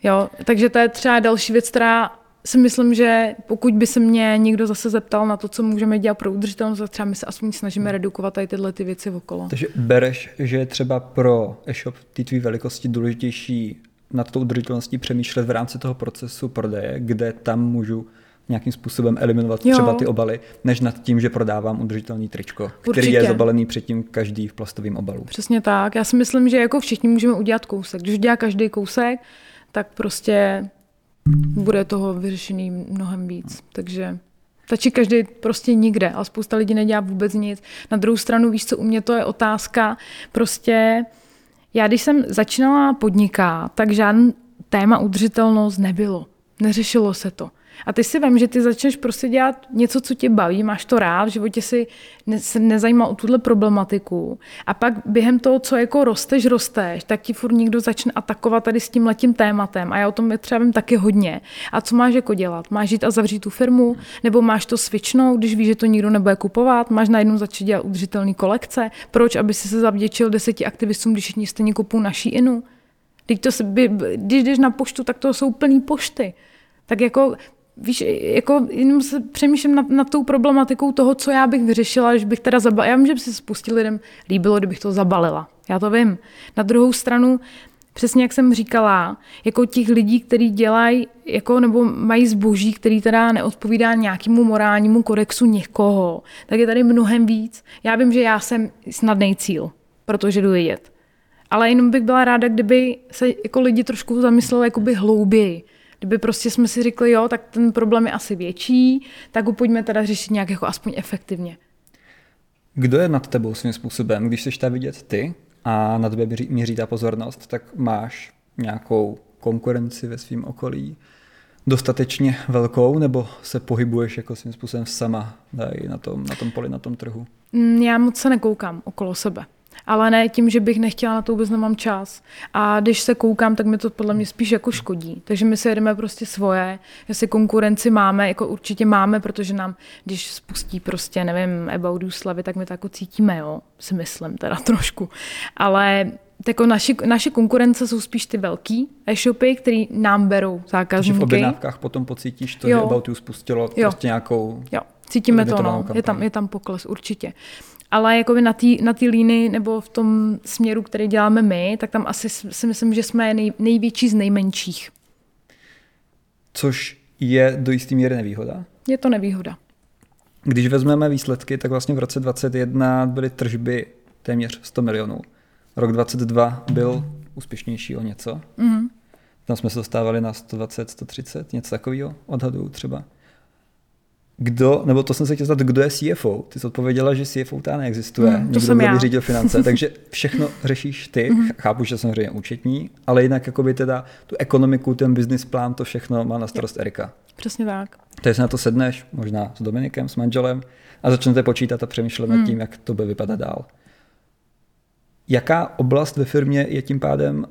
D: Jo, takže to je třeba další věc, která si myslím, že pokud by se mě někdo zase zeptal na to, co můžeme dělat pro udržitelnost, tak třeba my se aspoň snažíme redukovat tady tyhle ty věci okolo.
B: Takže bereš, že je třeba pro e-shop ty tvý velikosti důležitější nad tou udržitelností přemýšlet v rámci toho procesu prodeje, kde tam můžu nějakým způsobem eliminovat
D: jo.
B: třeba ty obaly, než nad tím, že prodávám udržitelný tričko, který
D: Určitě.
B: je zabalený předtím každý v plastovém obalu.
D: Přesně tak. Já si myslím, že jako všichni můžeme udělat kousek. Když udělá každý kousek, tak prostě bude toho vyřešený mnohem víc. Takže stačí každý prostě nikde, ale spousta lidí nedělá vůbec nic. Na druhou stranu, víš co, u mě to je otázka, prostě já když jsem začínala podnikat, tak žádný téma udržitelnost nebylo. Neřešilo se to. A ty si vem, že ty začneš prostě dělat něco, co tě baví, máš to rád, v životě si ne, se nezajímal o tuhle problematiku a pak během toho, co jako rosteš, rosteš, tak ti furt někdo začne atakovat tady s tím letím tématem a já o tom třeba vím taky hodně. A co máš jako dělat? Máš jít a zavřít tu firmu? Nebo máš to switchnout, když víš, že to nikdo nebude kupovat? Máš najednou začít dělat udržitelné kolekce? Proč? Aby si se zavděčil deseti aktivistům, když všichni stejně kupují naší inu? Když, to se, když jdeš na poštu, tak to jsou plný pošty. Tak jako víš, jako jenom se přemýšlím nad, nad tou problematikou toho, co já bych vyřešila, když bych teda zabalila. Já vím, že by se spoustě lidem líbilo, kdybych to zabalila. Já to vím. Na druhou stranu, přesně jak jsem říkala, jako těch lidí, kteří dělají, jako, nebo mají zboží, který teda neodpovídá nějakému morálnímu kodexu někoho, tak je tady mnohem víc. Já vím, že já jsem snadný cíl, protože jdu jet. Ale jenom bych byla ráda, kdyby se jako lidi trošku zamysleli jakoby hlouběji. Kdyby prostě jsme si řekli, jo, tak ten problém je asi větší, tak ho pojďme teda řešit nějak jako aspoň efektivně.
B: Kdo je nad tebou svým způsobem? Když seš tam vidět ty a na tebe měří ta pozornost, tak máš nějakou konkurenci ve svém okolí dostatečně velkou, nebo se pohybuješ jako svým způsobem sama tady na tom, na tom poli, na tom trhu?
D: Já moc se nekoukám okolo sebe. Ale ne tím, že bych nechtěla, na to vůbec nemám čas. A když se koukám, tak mi to podle mě spíš jako škodí. Takže my se jedeme prostě svoje, jestli konkurenci máme, jako určitě máme, protože nám, když spustí prostě, nevím, About You slevy, tak my to jako cítíme, jo, si myslím teda trošku. Ale jako naši, naše konkurence jsou spíš ty velký e-shopy, který nám berou zákazníky.
B: Takže v objednávkách potom pocítíš to, jo. že About You spustilo jo. prostě nějakou...
D: Jo, cítíme to, no. Je tam, je tam pokles, určitě. Ale jako na té na té línii nebo v tom směru, který děláme my, tak tam asi si myslím, že jsme nej, největší z nejmenších.
B: Což je do jisté míry nevýhoda?
D: Je to nevýhoda.
B: Když vezmeme výsledky, tak vlastně v roce dvacet jedna byly tržby téměř sto milionů. Rok dvacet dva byl úspěšnější o něco. Mm-hmm. Tam jsme se dostávali na sto dvacet, sto třicet, něco takového odhaduju třeba. Kdo, nebo to jsem se chtěl zeptat, kdo je C F O? Ty jsi odpověděla, že C F O ta neexistuje.
D: Hmm,
B: Někdo, kdo by řídil finance. Takže všechno řešíš ty.
D: Hmm.
B: Chápu, že samozřejmě účetní, ale jinak jakoby teda tu ekonomiku, ten business plán, to všechno má na starost Erika.
D: Přesně tak.
B: Takže se na to sedneš, možná s Dominikem, s manželem a začnete počítat a přemýšlet hmm. nad tím, jak to bude vypadat dál. Jaká oblast ve firmě je tím pádem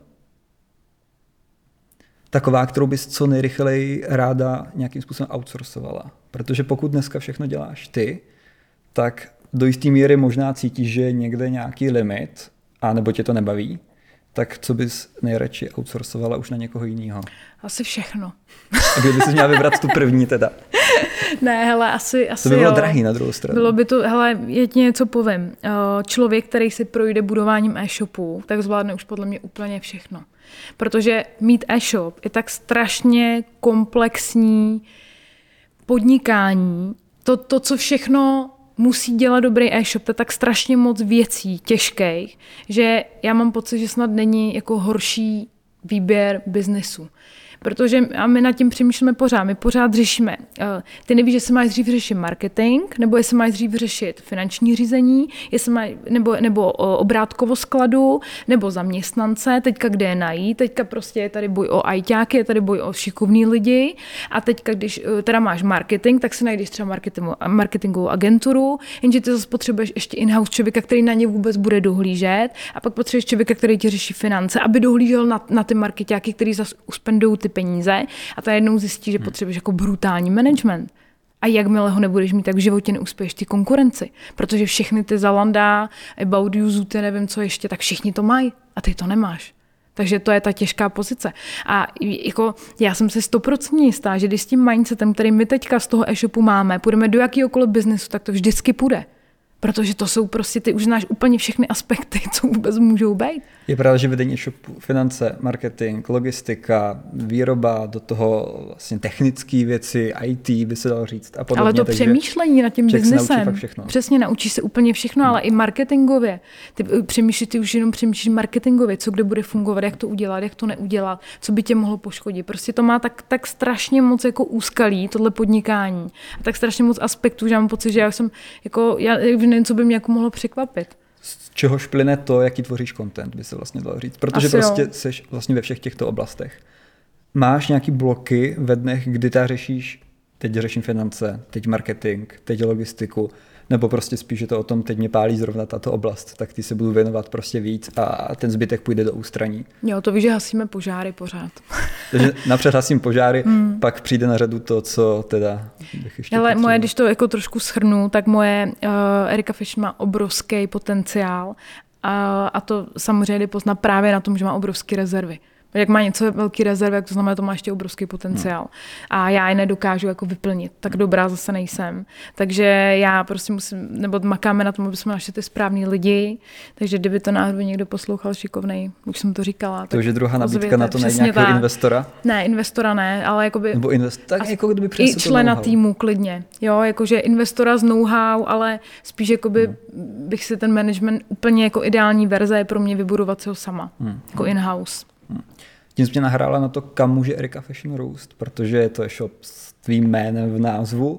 B: taková, kterou bys co nejrychleji ráda nějakým způsobem outsourcovala? Protože pokud dneska všechno děláš ty, tak do jisté míry možná cítíš, že je někde nějaký limit, a nebo tě to nebaví, tak co bys nejradši outsourcovala už na někoho jiného?
D: Asi všechno.
B: A kdyby jsi měla vybrat tu první teda?
D: Ne, hele, asi, asi
B: to by bylo
D: jo.
B: drahý na druhou stranu.
D: Bylo by to, hele, je ti něco povím. Člověk, který si projde budováním e-shopu, tak zvládne už podle mě úplně všechno. Protože mít e-shop je tak strašně komplexní podnikání. To, to co všechno musí dělat dobrý e-shop, to je tak strašně moc věcí těžkých, že já mám pocit, že snad není jako horší výběr biznesu. Protože a my nad tím přemýšlíme pořád, my pořád řešíme. Ty nevíš, jestli máš dřív řešit marketing, nebo jestli máš dřív řešit finanční řízení, jestli máš, nebo, nebo obrátkovo skladu, nebo zaměstnance, teďka kde je najít, teďka prostě je tady boj o ajťáky, je tady boj o šikovný lidi a teďka, když teda máš marketing, tak si najdeš třeba marketingovou agenturu, jenže ty zase potřebuješ ještě in-house člověka, který na ně vůbec bude dohlížet a pak potřebuješ člověka, který ti řeší finance, aby dohlížel na, na ty marketáky, který zase uspendují ty peníze a ta jednou zjistí, že potřebuješ jako brutální management. A jakmile ho nebudeš mít, tak v životě neuspěješ ty konkurenci. Protože všechny ty Zalanda, About You, Zuty, nevím co ještě, tak všichni to mají a ty to nemáš. Takže to je ta těžká pozice. A jako já jsem si stoprocentně jistá, že když s tím mindsetem, který my teďka z toho e-shopu máme, půjdeme do jakýhokoliv biznesu, tak to vždycky půjde. Protože to jsou prostě, ty už znáš úplně všechny aspekty, co vůbec můžou být.
B: Je pravda, že vedení e-shopu, finance, marketing, logistika, výroba, do toho vlastně technické věci, í té by se dalo říct a podobně.
D: Ale to přemýšlení nad tím biznesem, přesně naučíš se úplně všechno, hmm. ale i marketingově. Ty přemýšlíš, ty už jenom přemýšlíš marketingově, co kde bude fungovat, jak to udělat, jak to neudělat, co by tě mohlo poškodit. Prostě to má tak, tak strašně moc jako úskalí, tohle podnikání. A tak strašně moc aspektů, že mám pocit, že já jsem jako, já nevím, co by mě jako mohlo překvapit.
B: Z čehož plyne to, jaký tvoříš content, by se vlastně dalo říct. Protože Asi prostě jo. seš vlastně ve všech těchto oblastech. Máš nějaký bloky ve dnech, kdy ta řešíš, teď řeším finance, teď marketing, teď logistiku, nebo prostě spíš je to o tom, teď mě pálí zrovna tato oblast, tak ty se budu věnovat prostě víc a ten zbytek půjde do ústraní.
D: Jo, to víš, že hasíme požáry pořád.
B: Takže napřed hasím požáry, hmm. pak přijde na řadu to, co teda bych ještě
D: Ale moje, když to jako trošku shrnu, tak moje uh, Erika Fashion má obrovský potenciál a, a to samozřejmě jde poznat právě na tom, že má obrovské rezervy. Jak má něco velký rezervy, jak to znamená, to má ještě obrovský potenciál. Hmm. A já je nedokážu jako vyplnit. Tak dobrá zase nejsem. Takže já prostě musím, nebo makáme na tom, aby jsme našli ty správný lidi. Takže kdyby to náhodou někdo poslouchal šikovnej, už jsem to říkala.
B: To už je druhá nabídka na to, ne nějakého ta, investora?
D: Ne, investora ne, ale jakoby...
B: Nebo invest, tak jako kdyby
D: i člena týmu klidně. Jo, jakože investora z know-how, ale spíš jakoby hmm. bych si ten management úplně jako ideální verze je pro mě vybudovat se ho sama. Hmm. Jako in-house.
B: Tím jsi mě nahrála na to, kam může Erika Fashion růst, protože je to e-shop s tvým jménem v názvu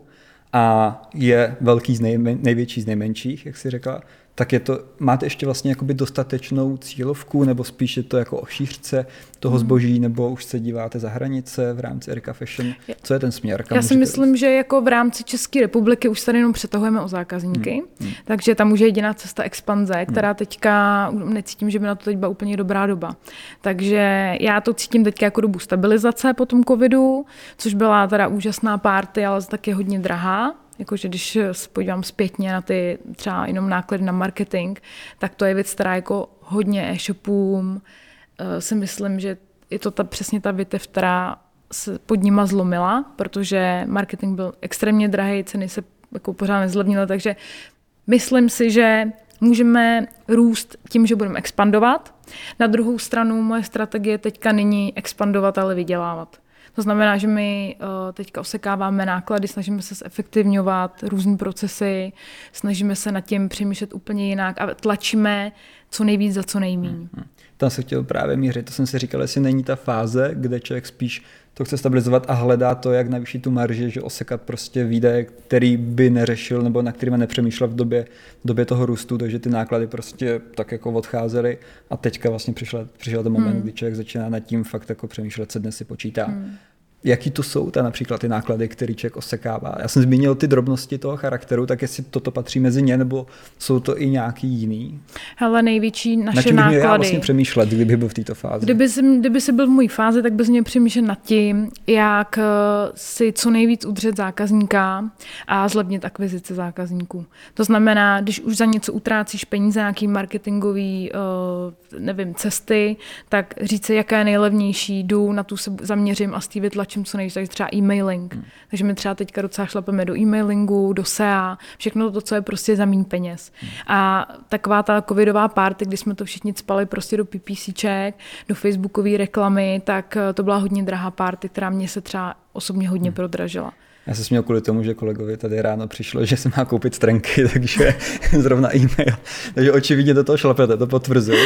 B: a je velký z nejmen, největší z nejmenších, jak jsi řekla, tak je to, máte ještě vlastně jakoby dostatečnou cílovku, nebo spíš je to jako o šířce toho zboží, nebo už se díváte za hranice v rámci Erika Fashion? Co je ten směr? Kam
D: Já si myslím, růst? Že jako v rámci České republiky už tady jenom přetahujeme o zákazníky, hmm. Hmm. takže tam už je jediná cesta expanze, která hmm. teďka necítím, že by na to teď byla úplně dobrá doba. Takže já to cítím teďka jako dobu stabilizace po tom covidu, což byla teda úžasná party, ale taky hodně drahá. Jakože když se podívám zpětně na ty třeba jenom náklady na marketing, tak to je věc, která jako hodně e-shopům si myslím, že je to ta, přesně ta větev, která se pod nima zlomila, protože marketing byl extrémně drahý, ceny se jako pořád nezlevnily, takže myslím si, že můžeme růst tím, že budeme expandovat. Na druhou stranu moje strategie teďka není expandovat, ale vydělávat. To znamená, že my uh, teďka osekáváme náklady, snažíme se zefektivňovat různé procesy, snažíme se nad tím přemýšlet úplně jinak a tlačíme co nejvíc za co nejméně. Hmm.
B: Tam se chtěl právě mířit, to jsem si říkal, jestli není ta fáze, kde člověk spíš to chce stabilizovat a hledá to, jak navýšit tu marži, že osekat prostě výdaje, který by neřešil nebo na kterými nepřemýšlel v době, v době toho růstu, takže ty náklady prostě tak jako odcházely a teďka vlastně přišel, přišel ten moment, hmm. kdy člověk začíná nad tím fakt jako přemýšlet, co dnes si počítá. Hmm. Jaký to jsou ta například ty náklady, který člověk osekává? Já jsem zmínil ty drobnosti toho charakteru, tak jestli toto patří mezi ně, nebo jsou to i nějaký jiný?
D: Hele, největší naše
B: na čím
D: náklady.
B: Já vlastně přemýšlet, kdyby byl v této fázi?
D: Kdyby jsi, kdyby jsi byl v mojí fázi, tak bys mě přemýšlet nad tím, jak si co nejvíc udržet zákazníka a zlevnit akvizice zákazníků. To znamená, když už za něco utrácíš peníze, nějaký marketingový, nevím, cesty, tak říct si, jaká je nejlevnější, jdu, na tu se zaměřím a z té vytlačím co nejvíc, takže třeba e-mailing. Hmm. Takže my třeba teďka docela šlapeme do e-mailingu, do S E A, všechno to, co je prostě za míň peněz. Hmm. A taková ta covidová party, kdy jsme to všichni spali prostě do PPCček, do facebookové reklamy, tak to byla hodně drahá party, která mě se třeba osobně hodně hmm. prodražila.
B: Já se směl kvůli tomu, že kolegovi tady ráno přišlo, že se má koupit trenky, takže zrovna e-mail. Takže očividně do toho šlapete, to potvrzuji.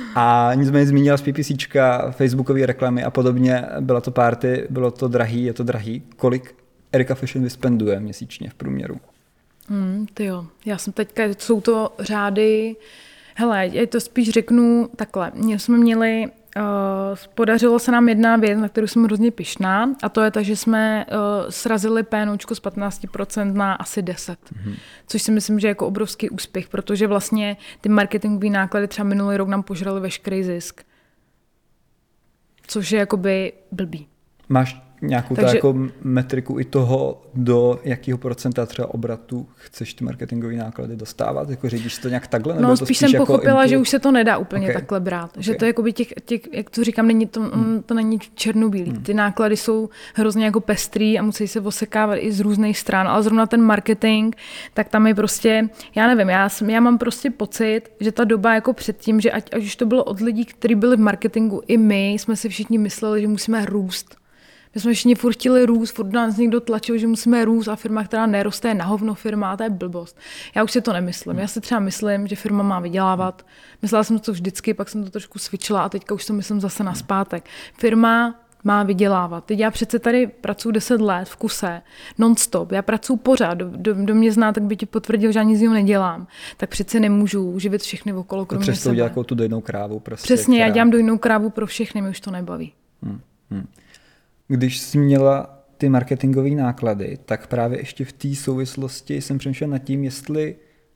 B: A nicméně zmínila z PPCčka, facebookové reklamy a podobně, byla to party, bylo to drahý, je to drahý. Kolik Erika Fashion vyspenduje měsíčně v průměru?
D: Hmm, ty jo, já jsem teďka, jsou to řády, hele, já to spíš řeknu takhle, my jsme měli, Uh, podařilo se nám jedna věc, na kterou jsem hrozně pyšná, a to je ta, že jsme uh, srazili pénočko z patnáct procent na asi deset procent. Mm-hmm. Což si myslím, že je jako obrovský úspěch, protože vlastně ty marketingové náklady třeba minulý rok nám požrali veškerý zisk. Což je jakoby blbý.
B: Máš nějakou
D: Takže...
B: jako metriku i toho, do jakého procenta třeba obratu chceš ty marketingové náklady dostávat? Jako řídíš to nějak takhle? Nebo
D: No
B: to
D: spíš
B: spíš
D: jsem
B: jako
D: pochopila,
B: input?
D: že už se to nedá úplně
B: okay.
D: takhle brát.
B: Okay.
D: Že to je jakoby těch, těch, jak to říkám, není to, hmm. to není černobílý. Hmm. Ty náklady jsou hrozně jako pestrý a musí se osekávat i z různých stran. Ale zrovna ten marketing, tak tam je prostě, já nevím, já, jsem, já mám prostě pocit, že ta doba jako předtím, že ať, ať už to bylo od lidí, kteří byli v marketingu, i my jsme si všichni mysleli, že musíme růst. My jsme všichni furt chtěli růst, furt nás někdo tlačil, že musíme růst a firma, která neroste, je na hovno firma a to je blbost. Já už si to nemyslím. Já si třeba myslím, že firma má vydělávat. Myslela jsem to vždycky, pak jsem to trošku switchla a teďka už to myslím zase nazpátek. Firma má vydělávat. Teď já přece tady pracuji deset let v kuse, non-stop. Já pracuji pořád. Kdo, kdo mě zná, tak by ti potvrdil, že ani z něho nedělám. Tak přece nemůžu živit všechny okolo, kromě sebe.
B: Přesto dělat jako tu dojnou krávu. Prostě,
D: Přesně,
B: která...
D: já dělám dojnou krávu pro všechny, mi už to nebaví.
B: Hmm, hmm. Když jsi měla ty marketingové náklady, tak právě ještě v té souvislosti jsem přemýšlel nad tím, jestli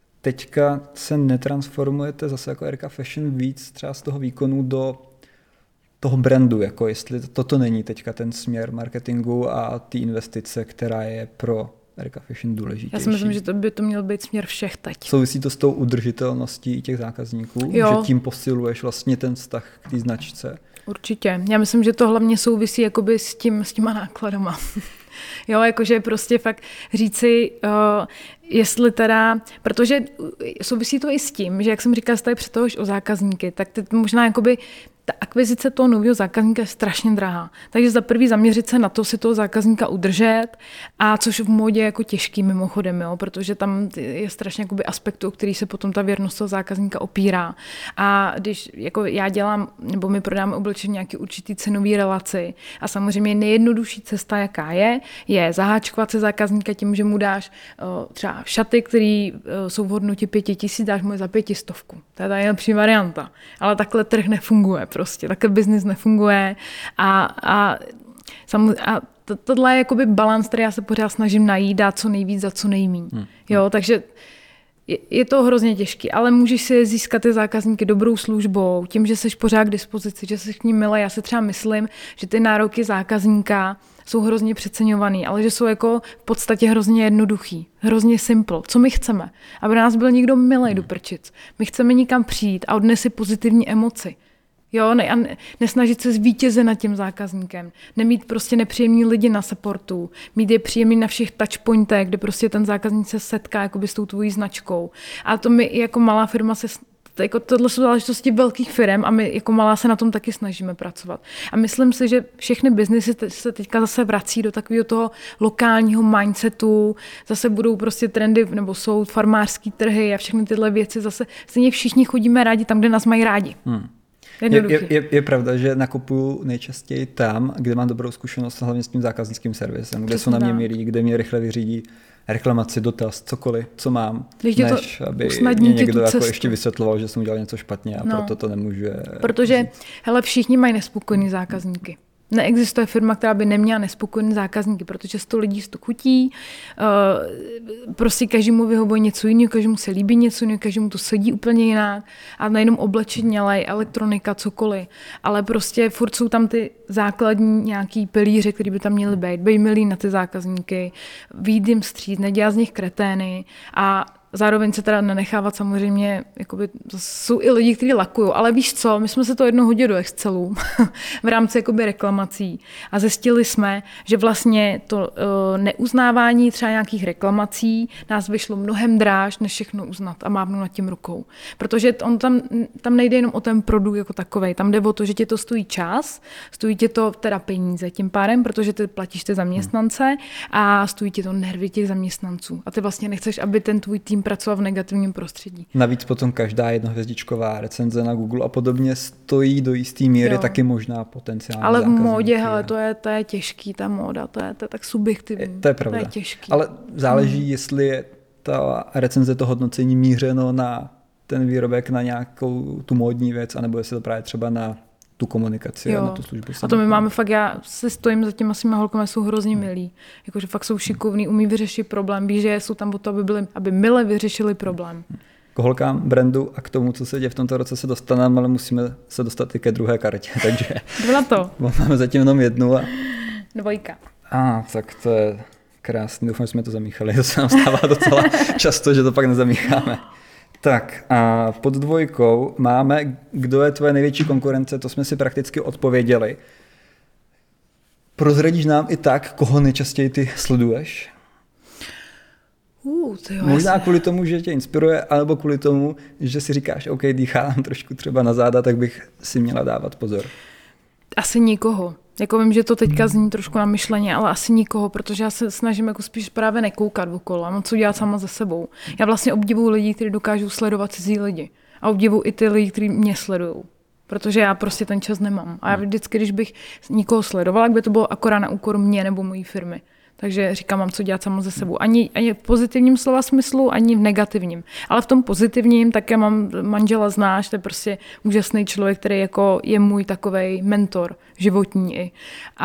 B: teďka se netransformujete zase jako Erika Fashion víc třeba z toho výkonu do toho brandu, jako jestli toto není teďka ten směr marketingu a ty investice, která je pro Erika Fashion důležitější.
D: Já si myslím, že to by to měl být směr všech teď.
B: Souvisí to s tou udržitelností těch zákazníků,
D: jo.
B: že tím posiluješ vlastně ten vztah k té značce.
D: Určitě. Já myslím, že to hlavně souvisí jakoby s, tím, s těma nákladama. Jo, jakože prostě fakt říci, uh, jestli teda, protože souvisí to i s tím, že jak jsem říkala, tady přetohož o zákazníky, tak ty možná jakoby ta akvizice toho nového zákazníka je strašně drahá. Takže za prvý zaměřit se na to, si toho zákazníka udržet, a což v módě je jako těžký mimochodem, jo, protože tam je strašně jakoby aspektu, o který se potom ta věrnost toho zákazníka opírá. A když jako já dělám, nebo my prodáme oblečení nějaký určitý cenový relaci a samozřejmě nejjednodušší cesta, jaká je, je zaháčkovat se zákazníka tím, že mu dáš uh, třeba šaty, které uh, jsou v hodnotě pěti tisíc, dáš mu je za pětistovku. To je ta nejlepší varianta. Ale takhle trh nefunguje. Prostě takhle biznis nefunguje a, a, a to, tohle je jakoby balans, který já se pořád snažím najít, dát co nejvíc za co nejmíň. Hmm. Jo, takže je, je to hrozně těžké, ale můžeš si získat ty zákazníky dobrou službou, tím, že jsi pořád k dispozici, že jsi k ním milý. Já si třeba myslím, že ty nároky zákazníka jsou hrozně přeceňovaný, ale že jsou jako v podstatě hrozně jednoduchý, hrozně simple. Co my chceme? Aby nás byl někdo milej do prčic. My chceme nikam přijít a odnést si pozitivní emoci. Jo, ne, a ne, nesnažit se zvítězit nad tím zákazníkem, nemít prostě nepříjemní lidi na supportu, mít je příjemný na všech touchpointech, kde prostě ten zákazník se setká jakoby s tou tvojí značkou. A to my jako malá firma se jako tohle jsou záležitosti velkých firm a my jako malá se na tom taky snažíme pracovat. A myslím si, že všechny biznesy se teďka zase vrací do takového toho lokálního mindsetu, zase budou prostě trendy, nebo jsou farmářský trhy a všechny tyhle věci zase, stejně všichni chodíme rádi tam, kde nás mají rádi. Hmm.
B: Je, je, je, je pravda, že nakupuju nejčastěji tam, kde mám dobrou zkušenost, hlavně s tím zákaznickým servisem, kde jsou na mě milí, kde mě rychle vyřídí reklamaci, dotaz, cokoliv, co mám,
D: než
B: to aby mě někdo jako ještě vysvětloval, že jsem udělal něco špatně a no. proto to nemůžu.
D: Protože hele, všichni mají nespokojený zákazníky. Neexistuje firma, která by neměla nespokojené zákazníky, protože sto lidí sto chutí, uh, prostě každému vyhovuje něco jiného, každému se líbí něco jiného, každému to sedí úplně jinak a nejenom oblečení, ale i elektronika, cokoliv. Ale prostě furt jsou tam ty základní nějaký pilíře, které by tam měly být. Bej milý na ty zákazníky, vyjít jim vstříc, nedělat z nich kretény a zároveň se teda nenechávat samozřejmě, jakoby, jsou i lidi, kteří lakují, ale víš co, my jsme se to jednou hodili do Excelu v rámci jakoby reklamací a zjistili jsme, že vlastně to uh, neuznávání třeba nějakých reklamací nás vyšlo mnohem dráž, než všechno uznat a mávnout nad tím rukou. Protože on tam, tam nejde jenom o ten produkt jako takovej, tam jde o to, že tě to stojí čas, stojí tě to teda peníze tím pádem, protože ty platíš ty zaměstnance a stojí tě to nervy těch zaměstnanců a ty vlastně nechceš, aby ten tvůj tým pracovat v negativním prostředí.
B: Navíc potom každá jednohvězdičková recenze na Google a podobně stojí do jisté míry jo. taky možná potenciální
D: ale v
B: zákazníky.
D: módě, hele, to je, to je těžký, ta móda, to je, to je tak subjektivní.
B: To je pravda.
D: To je těžký.
B: Ale záleží, hmm. jestli je ta recenze, to hodnocení mířeno na ten výrobek, na nějakou tu módní věc, anebo jestli to právě třeba na tu komunikaci jo. a na tu službu.
D: A to my máme fakt, já si stojím za těma svýma holkama, jsou hrozně milí. Jakože fakt jsou šikovní, umí vyřešit problém, ví, že jsou tam o to, aby, byli, aby mile vyřešili problém.
B: K holkám, brandu a k tomu, co se děje v tomto roce, se dostaneme, ale musíme se dostat i ke druhé kartě. Takže
D: Byla to.
B: Máme zatím jenom jednu. A
D: Dvojka.
B: A, ah, tak to je krásný, doufám, že jsme to zamíchali, to se nám stává docela často, že to pak nezamícháme. Tak a pod dvojkou máme, kdo je tvoje největší konkurence, to jsme si prakticky odpověděli. Prozradíš nám i tak, koho nejčastěji ty sleduješ?
D: Uh, to jo,
B: Možná
D: jasně.
B: kvůli tomu, že tě inspiruje, anebo kvůli tomu, že si říkáš, OK, dýchám trošku třeba na záda, tak bych si měla dávat pozor.
D: Asi nikoho. Jako vím, že to teďka zní trošku na myšleně, ale asi nikoho, protože já se snažím jako spíš právě nekoukat okolo a mám co dělat sama za sebou. Já vlastně obdivuju lidi, kteří dokážou sledovat cizí lidi. A obdivuju i ty lidi, kteří mě sledují. Protože já prostě ten čas nemám. A já vždycky, když bych nikoho sledovala, tak by to bylo akorát na úkor mě nebo mojí firmy. Takže říkám, mám co dělat sama ze sebou. Ani, ani v pozitivním slova smyslu, ani v negativním. Ale v tom pozitivním tak já mám manžela, znáš, to je prostě úžasný člověk, který jako je můj takovej mentor životní. I.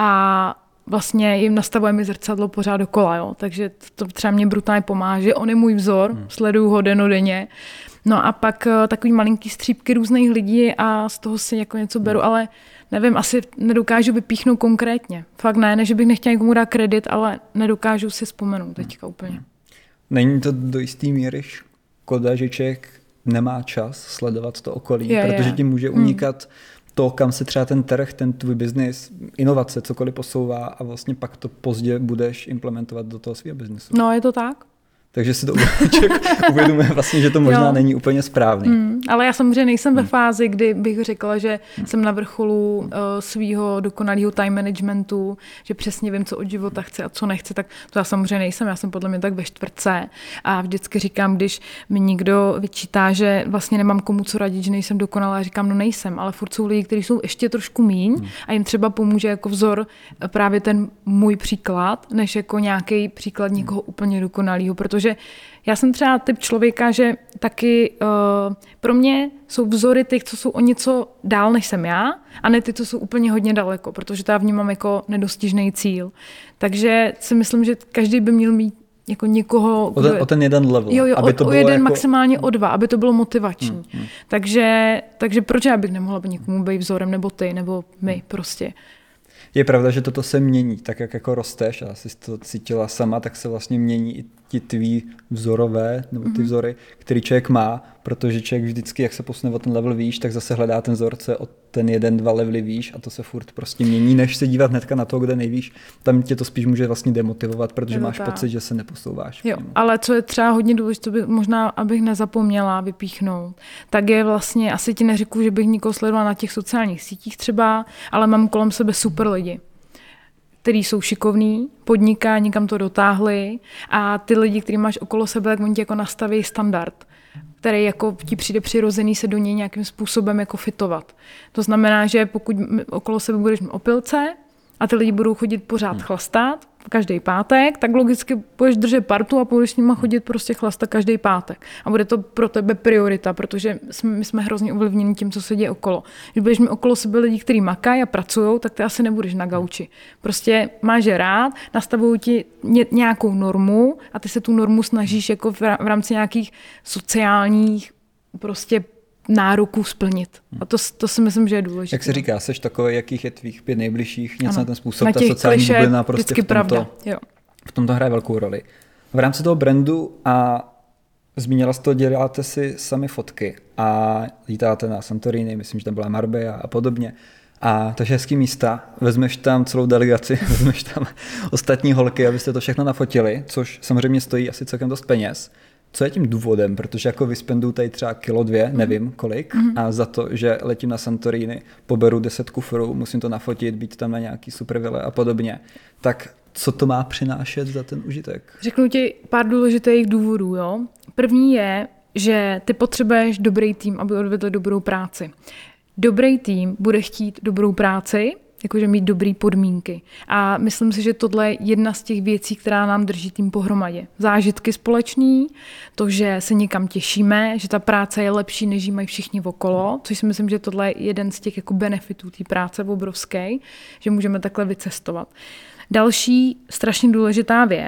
D: A vlastně jim nastavuje mi zrcadlo pořád dokola, jo. Takže to třeba mě brutálně pomáhá, že on je můj vzor, hmm. sleduju ho denodenně. No a pak takový malinký střípky různých lidí a z toho si jako něco beru, ale nevím, asi nedokážu vypíchnout konkrétně. Fakt ne, ne, že bych nechtěla někomu dát kredit, ale nedokážu si vzpomenout teďka úplně.
B: Není to do jistý míry škoda, že člověk nemá čas sledovat to okolí,
D: je,
B: protože
D: je.
B: ti může unikat hmm. to, kam se třeba ten trh, ten tvůj biznis, inovace, cokoliv posouvá a vlastně pak to pozdě budeš implementovat do toho svého biznesu.
D: No, je to tak.
B: Takže si to uvědomuje vlastně, že to možná jo. není úplně správný.
D: Hmm, ale já samozřejmě nejsem ve fázi, kdy bych řekla, že hmm. jsem na vrcholu uh, svýho dokonalého time managementu, že přesně vím, co od života chci a co nechci, tak to já samozřejmě nejsem. Já jsem podle mě tak ve čtvrtce a vždycky říkám, když mi někdo vyčítá, že vlastně nemám komu co radit, že nejsem dokonalá, já říkám, no nejsem, ale furt jsou lidi, kteří jsou ještě trošku míň hmm. a jim třeba pomůže jako vzor právě ten můj příklad, než jako nějaký příklad někoho úplně dokonalého, protože Protože já jsem třeba typ člověka, že taky uh, pro mě jsou vzory těch, co jsou o něco dál, než jsem já, a ne ty, co jsou úplně hodně daleko, protože to já vnímám jako nedostižný cíl. Takže si myslím, že každý by měl mít jako někoho...
B: O ten, o ten jeden level.
D: Jo, jo,
B: aby
D: o,
B: to
D: o
B: bylo
D: jeden
B: jako...
D: maximálně o dva, aby to bylo motivační.
B: Hmm, hmm.
D: Takže, takže proč já bych nemohla být někomu být vzorem, nebo ty, nebo my hmm. prostě.
B: Je pravda, že toto se mění, tak jak jako rosteš a jsi to cítila sama, tak se vlastně mění i ti tvý vzorové, nebo ty mm-hmm. vzory, který člověk má, protože člověk vždycky, jak se posune o ten level výš, tak zase hledá ten vzorce o ten jeden, dva levely výš a to se furt prostě mění, než se dívat hnedka na to, kde nejvíš. Tam tě to spíš může vlastně demotivovat, protože
D: Nebo
B: máš
D: tak.
B: pocit, že se neposouváš.
D: Jo, ale co je třeba hodně důležité, by, možná abych nezapomněla vypíchnout, tak je vlastně, asi ti neřeknu, že bych nikoho sledovala na těch sociálních sítích třeba, ale mám kolem sebe super lidi, který jsou šikovní, podniká, někam to dotáhli a ty lidi, který máš okolo sebe, tak oni ti jako nastaví standard, který jako ti přijde přirozený se do něj nějakým způsobem jako fitovat. To znamená, že pokud okolo sebe budeš mít opilce a ty lidi budou chodit pořád hmm. chlastat každý pátek, tak logicky budeš držet partu a budeš s nima chodit prostě chlastat každý pátek. A bude to pro tebe priorita, protože jsme, my jsme hrozně ovlivněni tím, co se děje okolo. Když budeš mít okolo sebe lidi, kteří makají a pracují, tak ty asi nebudeš na gauči. Prostě máš je rád, nastavují ti ně, nějakou normu a ty se tu normu snažíš jako v rámci nějakých sociálních prostě nároků splnit. A to, to si myslím, že je důležité.
B: Jak se říká, seš takový, jakých je tvých pět nejbližších, něco ano. na ten způsob,
D: na
B: ta sociální bublina prostě v tomto,
D: pravda. Jo.
B: v tomto hraje velkou roli. V rámci toho brandu a zmínila jsi to, děláte si sami fotky a lítáte na Santorini, myslím, že tam byla Marbella a podobně. A takže hezký místa, vezmeš tam celou delegaci, vezmeš tam ostatní holky, abyste to všechno nafotili, což samozřejmě stojí asi celkem dost peněz. Co je tím důvodem? Protože jako vyspenduju tady třeba kilo dvě, mm. nevím kolik, mm. a za to, že letím na Santorini, poberu deset kufrů, musím to nafotit, být tam na nějaký supervile a podobně. Tak co to má přinášet za ten užitek?
D: Řeknu ti pár důležitých důvodů. Jo? První je, že ty potřebuješ dobrý tým, aby odvedl dobrou práci. Dobrý tým bude chtít dobrou práci, jakože mít dobrý podmínky. A myslím si, že tohle je jedna z těch věcí, která nám drží tým pohromadě. Zážitky společný, to, že se někam těšíme, že ta práce je lepší, než ji mají všichni okolo, což si myslím, že tohle je jeden z těch jako benefitů té práce obrovský, že můžeme takhle vycestovat. Další strašně důležitá věc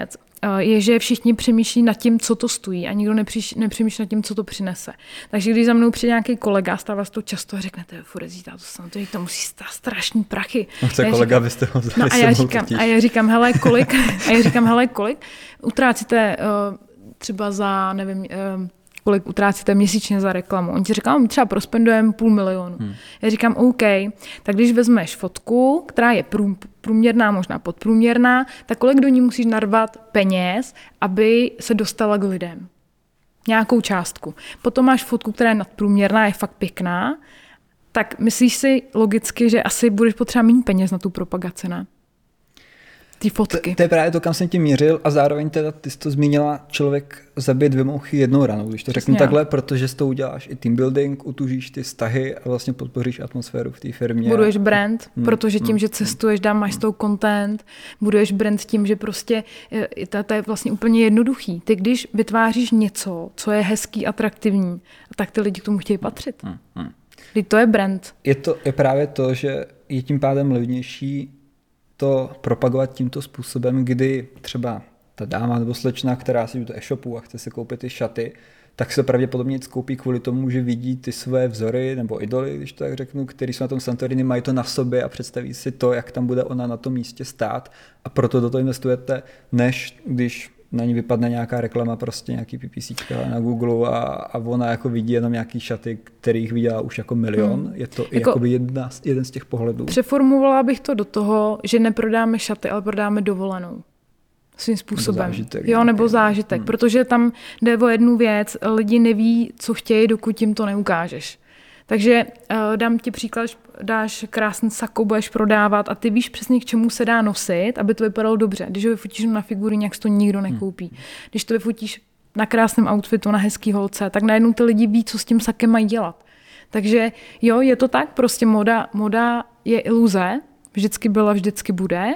D: je, že všichni přemýšlí nad tím, co to stojí a nikdo nepřemýšlí nad tím, co to přinese. Takže když za mnou přijde nějaký kolega, stává se to často a řekne, to je furezí, to, to, to musí stát strašný prachy.
B: No chce kolega, říkám, byste ho
D: no a já říkám, a já říkám, hele, kolik, a já říkám, hele, kolik utrácíte uh, třeba za, nevím, uh, kolik utrácíte měsíčně za reklamu. On ti říká, my třeba prospendujeme půl milionu. Hmm. Já říkám, OK, tak když vezmeš fotku, která je průměrná, možná podprůměrná, tak kolik do ní musíš narvat peněz, aby se dostala k lidem? Nějakou částku. Potom máš fotku, která je nadprůměrná, je fakt pěkná, tak myslíš si logicky, že asi budeš potřeba méně peněz na tu propagaci, ne? Ty fotky.
B: To, to je právě to, kam jsem tím měřil a zároveň teda ty jsi to zmínila, člověk zabije dvě mouchy jednou ranou, když to řeknu takhle, protože s tou uděláš i team building, utužíš ty vztahy a vlastně podpoříš atmosféru v té firmě.
D: Buduješ brand, hmm, protože tím, hmm, že cestuješ, dám, máš s tou content, buduješ brand tím, že prostě to, to je vlastně úplně jednoduchý. Ty když vytváříš něco, co je hezký, atraktivní, tak ty lidi k tomu chtějí patřit. Hmm, hmm. To je brand.
B: Je to je právě to, že je tím pádem levnější to propagovat tímto způsobem, kdy třeba ta dáma nebo slečna, která si jde do e-shopu a chce si koupit ty šaty, tak se pravděpodobně koupí kvůli tomu, že vidí ty své vzory nebo idoly, když to tak řeknu, který jsou na tom Santorini, mají to na sobě a představí si to, jak tam bude ona na tom místě stát a proto do toho investujete, než když na ní vypadne nějaká reklama, prostě nějaký PPCčka na Google a, a ona jako vidí jenom nějaký šaty, kterých vydělá už jako milion. Hmm. Je to jako jakoby jedna, jeden z těch pohledů.
D: Přeformulovala bych to do toho, že neprodáme šaty, ale prodáme dovolenou. Svým způsobem. Nebo zážitek. Jo, nebo zážitek, hmm. protože tam jde o jednu věc, lidi neví, co chtějí, dokud jim to neukážeš. Takže uh, dám ti příklad, dáš krásný sako, budeš prodávat a ty víš přesně, k čemu se dá nosit, aby to vypadalo dobře. Když ho vyfotíš na figury, nějak to nikdo nekoupí. Hmm. Když to vyfotíš na krásném outfitu, na hezký holce, tak najednou ty lidi ví, co s tím sakem mají dělat. Takže jo, je to tak, prostě moda, moda je iluze, vždycky byla, vždycky bude.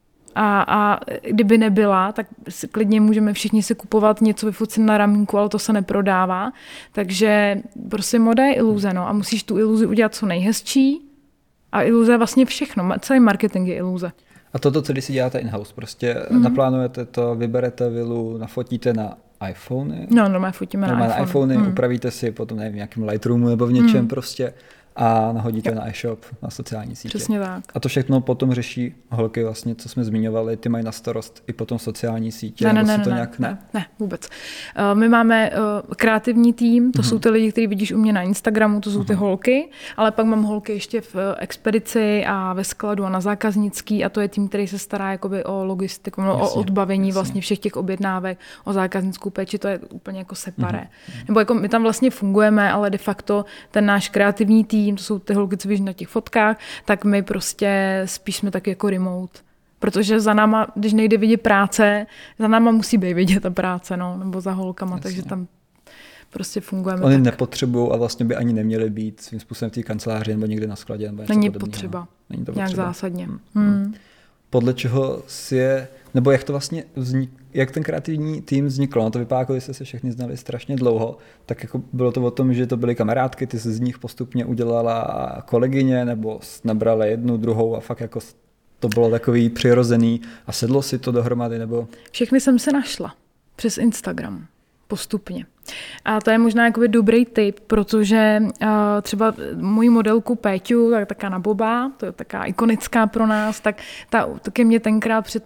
D: A, a kdyby nebyla, tak si klidně můžeme všichni si kupovat něco vyfocen na ramínku, ale to se neprodává. Takže prostě moda je iluze, no, a musíš tu iluzi udělat co nejhezčí. A iluze je vlastně všechno. Celý marketing je iluze.
B: A toto, co když si děláte in-house, prostě mm-hmm. naplánujete to, vyberete vilu, nafotíte na iPhony.
D: No, no, fotíme na,
B: na iPhony. Mm. Upravíte si potom, nevím, v nějakém Lightroomu nebo v něčem mm. prostě. A nahodíte jo. na e-shop, na sociální sítě.
D: Přesně tak.
B: A to všechno potom řeší holky, vlastně, co jsme zmiňovali, ty mají na starost i potom sociální sítě.
D: Ne, ne, ne,
B: to
D: ne,
B: nějak,
D: ne, ne, ne, vůbec. Uh, my máme uh, kreativní tým, to uh-huh. jsou ty lidi, kteří vidíš u mě na Instagramu, to jsou uh-huh. ty holky, ale pak mám holky ještě v uh, expedici a ve skladu a na zákaznický a to je tým, který se stará jakoby o logistiku, no, o odbavení jasně. vlastně všech těch objednávek, o zákaznickou péči, to je úplně jako separé. Uh-huh. Nebo jako my tam vlastně fungujeme, ale de facto ten náš kreativní tým, to jsou ty holky, co víš na těch fotkách, tak my prostě spíš jsme taky jako remote. Protože za náma, když nejde vidět práce, za náma musí být vidět ta práce, no, nebo za holkama, Jasně. takže tam prostě fungujeme.
B: Oni
D: tak.
B: nepotřebují a vlastně by ani neměli být svým způsobem v té kanceláři nebo někde na skladě. Nebo
D: Není potřeba.
B: Není to
D: nějak
B: potřeba.
D: zásadně.
B: Hmm.
D: Hmm.
B: Podle čeho si je, nebo jak to vlastně vznik, jak ten kreativní tým vzniklo? No to vypadá, jako jste se všichni znali strašně dlouho, tak jako bylo to o tom, že to byly kamarádky, ty jsi z nich postupně udělala kolegyně, nebo nabrala jednu, druhou a fakt jako to bylo takový přirozený a sedlo si to dohromady, nebo?
D: Všechny jsem se našla přes Instagram. Postupně. A to je možná jakoby dobrý tip, protože uh, třeba moji modelku Péťu, tak taká na Boba, to je taká ikonická pro nás, tak ta taky mě tenkrát před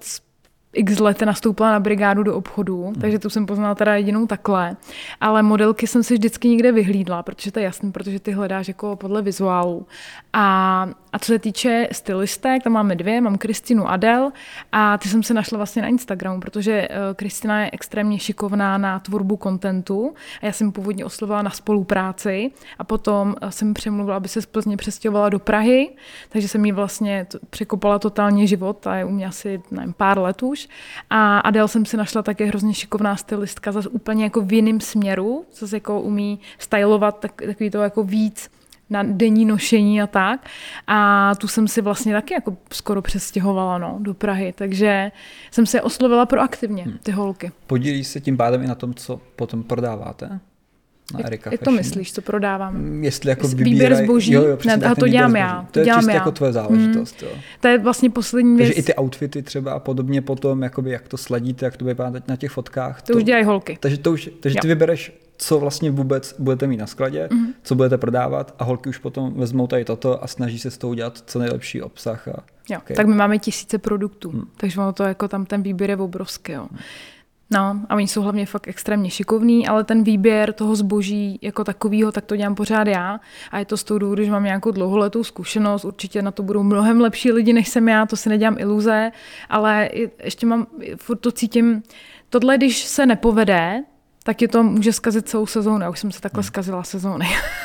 D: x let nastoupila na brigádu do obchodu, hmm. takže tu jsem poznala teda jedinou takhle. Ale modelky jsem si vždycky někde vyhlídla, protože to je jasný, protože ty hledáš jako podle vizuálu. A, a co se týče stylistek, tam máme dvě, mám Kristinu Adel a ty jsem se našla vlastně na Instagramu, protože Kristina je extrémně šikovná na tvorbu kontentu a já jsem původně oslovila na spolupráci a potom jsem přemluvila, aby se z Plzně přestěhovala do Prahy, takže jsem jí vlastně překopala totálně život a je u mě asi nevím, pár let už. A Adel jsem si našla také hrozně šikovná stylistka, zase úplně jako v jiném směru, zase jako umí stylovat tak, takový to jako víc na denní nošení a tak. A tu jsem si vlastně taky jako skoro přestěhovala no, do Prahy, takže jsem se oslovila proaktivně, ty holky.
B: Podílí se tím pádem i na tom, co potom prodáváte? na Erika
D: Jak to
B: Fashion.
D: myslíš, co prodávám?
B: Jestli jako
D: Výběr
B: vybíraj,
D: zboží?
B: Jo, jo, přesně,
D: ne, a to dělám já.
B: To,
D: to
B: je
D: dělám
B: čistě
D: já.
B: jako tvoje záležitost.
D: Hmm.
B: Jo.
D: To je vlastně poslední věc.
B: Takže i ty outfity třeba a podobně potom, jakoby, jak to sledíte, jak to vypadá na těch fotkách.
D: To, to už dělají holky.
B: Takže, to už, takže ty vybereš, co vlastně vůbec budete mít na skladě, mm-hmm. co budete prodávat a holky už potom vezmou tady toto a snaží se s tou udělat co nejlepší obsah. A,
D: jo,
B: okay.
D: Tak my máme tisíce produktů,
B: hmm.
D: takže ono to jako tam ten výběr je obrovský. Jo. No a oni jsou hlavně fakt extrémně šikovní, ale ten výběr toho zboží jako takového, tak to dělám pořád já a je to z toho důvodu, že mám nějakou dlouholetou zkušenost, určitě na to budou mnohem lepší lidi, než jsem já, to si nedělám iluze, ale ještě mám, furt to cítím, tohle, když se nepovede, tak je to může zkazit celou sezónu. Já už jsem se takhle zkazila sezóny.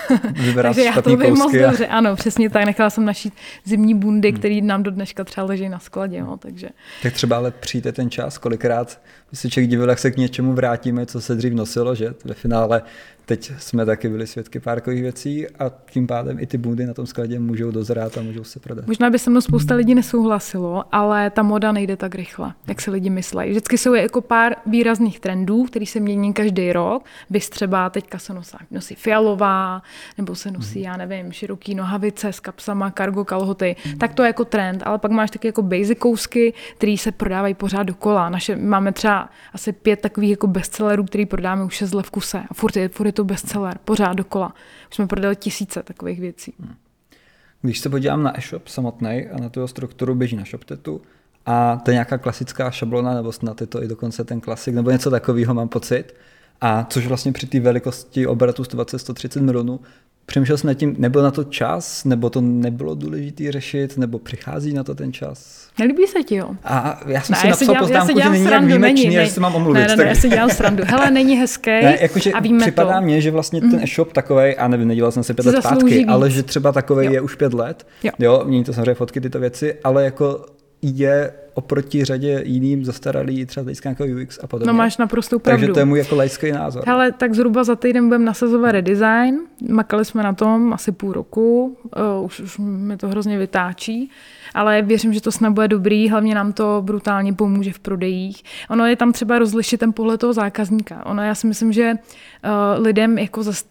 D: Takže já to vím moc dobře. Ano, přesně tak. Nechala jsem našít zimní bundy, hmm. které nám do dneška třeba leží na skladě. Jo, takže.
B: Tak třeba ale přijde ten čas, kolikrát by se člověk divil, jak se k něčemu vrátíme, co se dřív nosilo, že ve finále teď jsme taky byli svědky párkových věcí a tím pádem i ty bundy na tom skladě můžou dozrát a můžou se prodat.
D: Možná by se mnou spousta lidí nesouhlasilo, ale ta moda nejde tak rychle, jak si lidi myslí. Vždycky jsou jako pár výrazných trendů, který se mění každý rok. Bys třeba teďka se nosí, nosí fialová, nebo se nosí, já nevím, široký nohavice s kapsama, cargo, kalhoty. Tak to je jako trend, ale pak máš taky jako basic kousky, který se prodávají pořád dokola. Naše, máme třeba asi pět takových jako bestsellerů, který prodáme už šest let v kuse. A furt je, furt je to bestseller, pořád dokola. Už jsme prodali tisíce takových věcí.
B: Když se podívám na e-shop samotný a na tu strukturu, běží na ShopTetu a to je nějaká klasická šablona, nebo snad je to i dokonce ten klasik, nebo něco takového mám pocit. A což vlastně při té velikosti obratu sto dvacet až sto třicet milionů, přemýšlel jsem nad tím, nebyl na to čas, nebo to nebylo důležité řešit, nebo přichází na to ten čas?
D: Nelíbí se ti, jo?
B: A já jsem
D: ne,
B: si napsal poznámku, že není jak výjimečný, že se mám omluvit.
D: Ne, ne, ne, já si dělám srandu. Hele, není hezký a víme
B: připadá
D: to.
B: mně, že vlastně ten e-shop takovej, a nevím, nedělal jsem si pět let zpátky, ale že třeba takovej jo. je už pět let. Jo, jo mění to samozřejmě fotky, tyto věci, ale jako je oproti řadě jiným zastaralý, třeba z nějakého U X a podobně.
D: No máš naprostou pravdu.
B: Takže to je můj jako laický názor.
D: Hele, tak zhruba za týden budeme nasazovat redesign. Makali jsme na tom asi půl roku. Uh, už, už mi to hrozně vytáčí. Ale věřím, že to snad bude dobrý. Hlavně nám to brutálně pomůže v prodejích. Ono je tam třeba rozlišit ten pohled toho zákazníka. Ono, já si myslím, že uh, lidem jako zast...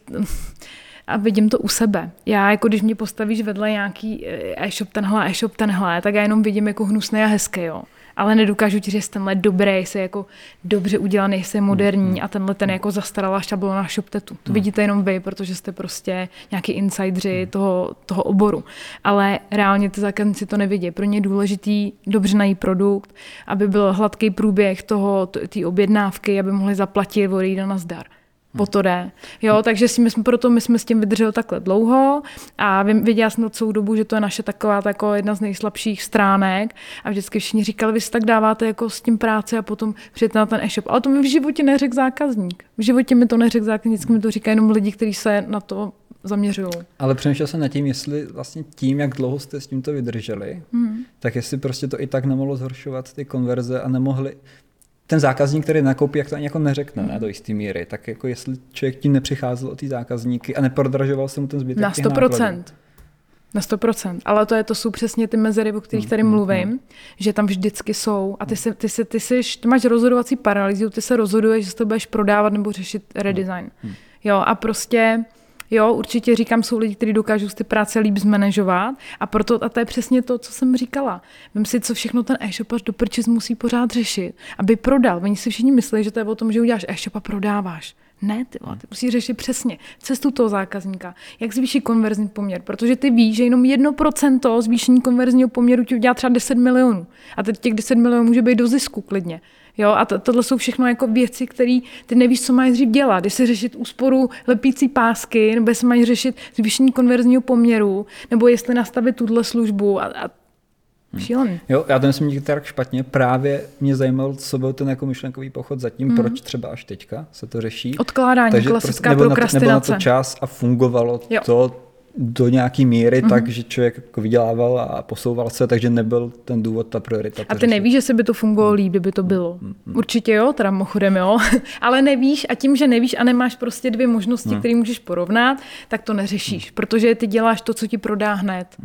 D: A vidím to u sebe. Já, jako když mě postavíš vedle nějaký e-shop tenhle, e-shop tenhle, tak já jenom vidím jako hnusný a hezký, jo. Ale nedokážu ti říct, tenhle dobrý, jestli je jako dobře udělaný, jestli je moderní hmm. a tenhle ten jako zastaralá šablona ShopTetu. To hmm. vidíte jenom vy, protože jste prostě nějaký insidři hmm. toho, toho oboru. Ale reálně ty zákazníci to nevidí. Pro ně je důležitý dobře najít produkt, aby byl hladký průběh toho, té objednávky, aby mohli zaplatit, odejít a nazdar. Po to jde. Jo, takže si my jsme, proto my jsme s tím vydrželi takhle dlouho a viděla jsem to celou dobu, že to je naše taková jako jedna z nejslabších stránek a vždycky všichni říkali, vy si tak dáváte jako s tím práci a potom přijete na ten e-shop. Ale to mi v životě neřekl zákazník. V životě mi to neřekl zákazník, vždycky mi to říkají jenom lidi, kteří se na to zaměřují. Ale
B: přemýšlel jsem nad tím, jestli vlastně tím, jak dlouho jste s tímto vydrželi, hmm. tak jestli prostě to i tak nemohlo zhoršovat ty konverze a nemohli ten zákazník, který nakoupí, jak to ani jako neřekne, ne, do jistý míry, tak jako jestli člověk tím nepřicházel o ty zákazníky a neprodražoval se mu ten zbytek
D: na sto procent. Na sto procent. Ale to, je, to jsou přesně ty mezery, o kterých tady mluvím, mm, mm. že tam vždycky jsou. A ty, se, ty, se, ty, jsi, ty máš rozhodovací paralýzu, ty se rozhoduješ, že to budeš prodávat nebo řešit redesign. Mm. Jo, a prostě jo, určitě říkám, jsou lidi, kteří dokážou ty práce líp zmanéžovat a proto, a to je přesně to, co jsem říkala. Vem si, co všechno ten e-shopař do prčic musí pořád řešit, aby prodal. Oni si všichni myslí, že to je o tom, že uděláš e-shop a prodáváš. Ne, ty, ty musíš řešit přesně cestu toho zákazníka, jak zvýšit konverzní poměr, protože ty víš, že jenom jedno procento zvýšení konverzního poměru ti udělá třeba deset milionů. A teď těch deset milionů může být do zisku klidně. Jo, a to, tohle jsou všechno jako věci, které ty nevíš, co máš dřív dělat. Jestli řešit úsporu lepící pásky, nebo jestli máš řešit zvýšení konverzního poměru, nebo jestli nastavit tuhle službu a, a šílený.
B: Jo, já to nesmím díky tak špatně. Právě mě zajímal, co byl ten jako myšlenkový pochod zatím, mm. proč třeba až teďka se to řeší.
D: Odkládání, takže klasická prostě prokrastinace.
B: Nebyl na to čas a fungovalo jo. to do nějaký míry, mm-hmm. tak, že člověk jako vydělával a posouval se, takže nebyl ten důvod, ta priorita.
D: A ty nevíš, že se by to fungovalo líp, kdyby to bylo. Mm-hmm. Určitě jo, teda mochodem jo, ale nevíš a tím, že nevíš a nemáš prostě dvě možnosti, mm. které můžeš porovnat, tak to neřešíš, mm. protože ty děláš to, co ti prodá hned.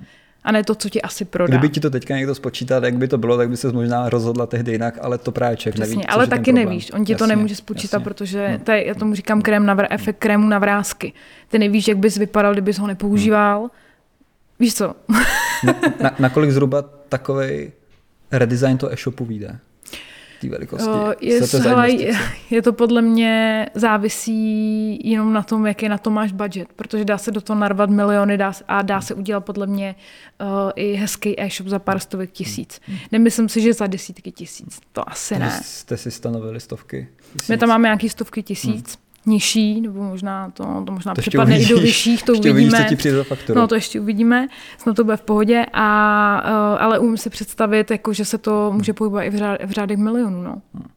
D: a ne to, co ti asi prodá.
B: Kdyby ti to teďka někdo spočítal, jak by to bylo, tak by se možná rozhodla tehdy jinak, ale to právě člověk neví.
D: Přesně, ale taky nevíš, on ti
B: jasně,
D: to nemůže spočítat,
B: jasně.
D: protože hmm. to je, já tomu říkám krém na vr- efekt krému na vrásky. Ty nevíš, jak bys vypadal, kdybys ho nepoužíval. Hmm. Víš co?
B: na, na, nakolik zhruba takovej redesign toho e-shopu vyjde? Té velikosti.
D: O, je,
B: to
D: hele, je, je to podle mě závisí jenom na tom, jaký na to máš budget, protože dá se do toho narvat miliony dá, a dá se udělat podle mě uh, i hezký e-shop za pár stovek tisíc. Hmm. Nemyslím si, že za desítky tisíc. To asi ne.
B: Jste si stanovili stovky tisíc?
D: My tam máme nějaký stovky tisíc. Hmm. Nižší, nebo možná to, to možná
B: to
D: připadne i do vyšších, to
B: ještě
D: uvidíme.
B: Uvidíš, co ti přijde za fakturu.
D: No to ještě uvidíme, snad to bude v pohodě, a, uh, ale umím si představit, jako, že se to může pohybovat i v, řád, v řádech milionů. No.
B: Hmm.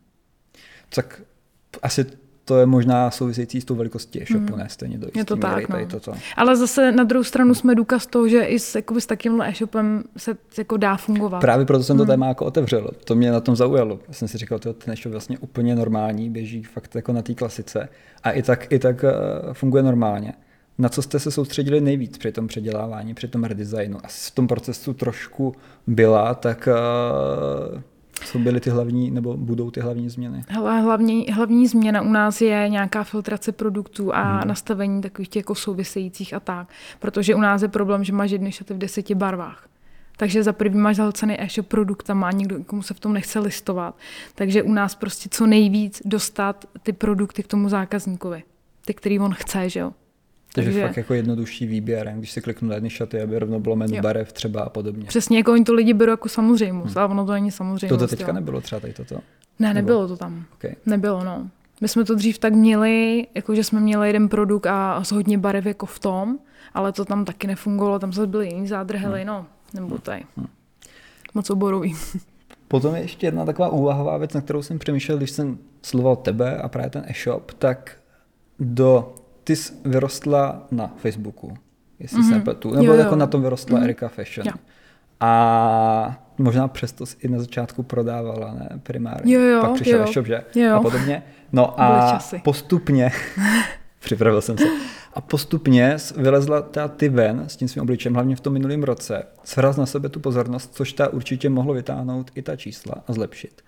B: Tak asi to je možná související s tou velikostí e-shopu, hmm. ne stejně do jistý
D: je to
B: míry,
D: tak, no.
B: toto.
D: Ale zase na druhou stranu jsme důkaz toho, že i s, jakoby, s takýmhle e-shopem se jako dá fungovat.
B: Právě proto jsem to
D: hmm.
B: téma jako otevřel. To mě na tom zaujalo. Já jsem si říkal, že ten e-shop vlastně úplně normální, běží fakt jako na té klasice a i tak, i tak uh, funguje normálně. Na co jste se soustředili nejvíc při tom předělávání, při tom redesignu? Asi v tom procesu trošku byla, tak uh, co byly ty hlavní, nebo budou ty hlavní změny?
D: Hele, hlavní, hlavní změna u nás je nějaká filtrace produktů a hmm. nastavení takových těch jako souvisejících a tak. Protože u nás je problém, že máš jedny šaty v deseti barvách. Takže za první máš zahlcený e-shop produktama a někdo, komu se v tom nechce listovat. Takže u nás prostě co nejvíc dostat ty produkty k tomu zákazníkovi. Ty, který on chce, že jo.
B: Takže, Takže fakt jako jednodušší výběr, když si kliknu na jedny šaty, aby rovno bylo menu barev třeba a podobně.
D: Přesně, jako oni to lidi berou jako samozřejmost, hmm. ale ono to není samozřejmost.
B: To teďka nebylo třeba tady toto?
D: Ne, nebylo to tam.
B: Okay.
D: Nebylo, no. My jsme to dřív tak měli, jako že jsme měli jeden produkt a hodně barev jako v tom, ale to tam taky nefungovalo, tam zase byly jiný zádrhely, hmm. no, nebo tady. Hmm. Moc oborový.
B: Potom je ještě jedna taková úvahová věc, na kterou jsem přemýšlel, když jsem sledoval tebe a právě ten e-shop, tak do ty jsi vyrostla na Facebooku, jestli mm-hmm. se nepletu, nebo jo, jako jo. na tom vyrostla mm-hmm. Erika Fashion. Jo. A možná přesto jsi i na začátku prodávala, ne, primárně.
D: Jo, jo,
B: Pak přišel
D: jo.
B: e-shop, že?
D: Jo.
B: A podobně. No a postupně, připravil jsem se, a postupně vylezla ta ty ven s tím svým obličem, hlavně v tom minulém roce, svrhla na sebe tu pozornost, což ta určitě mohlo vytáhnout i ta čísla a zlepšit.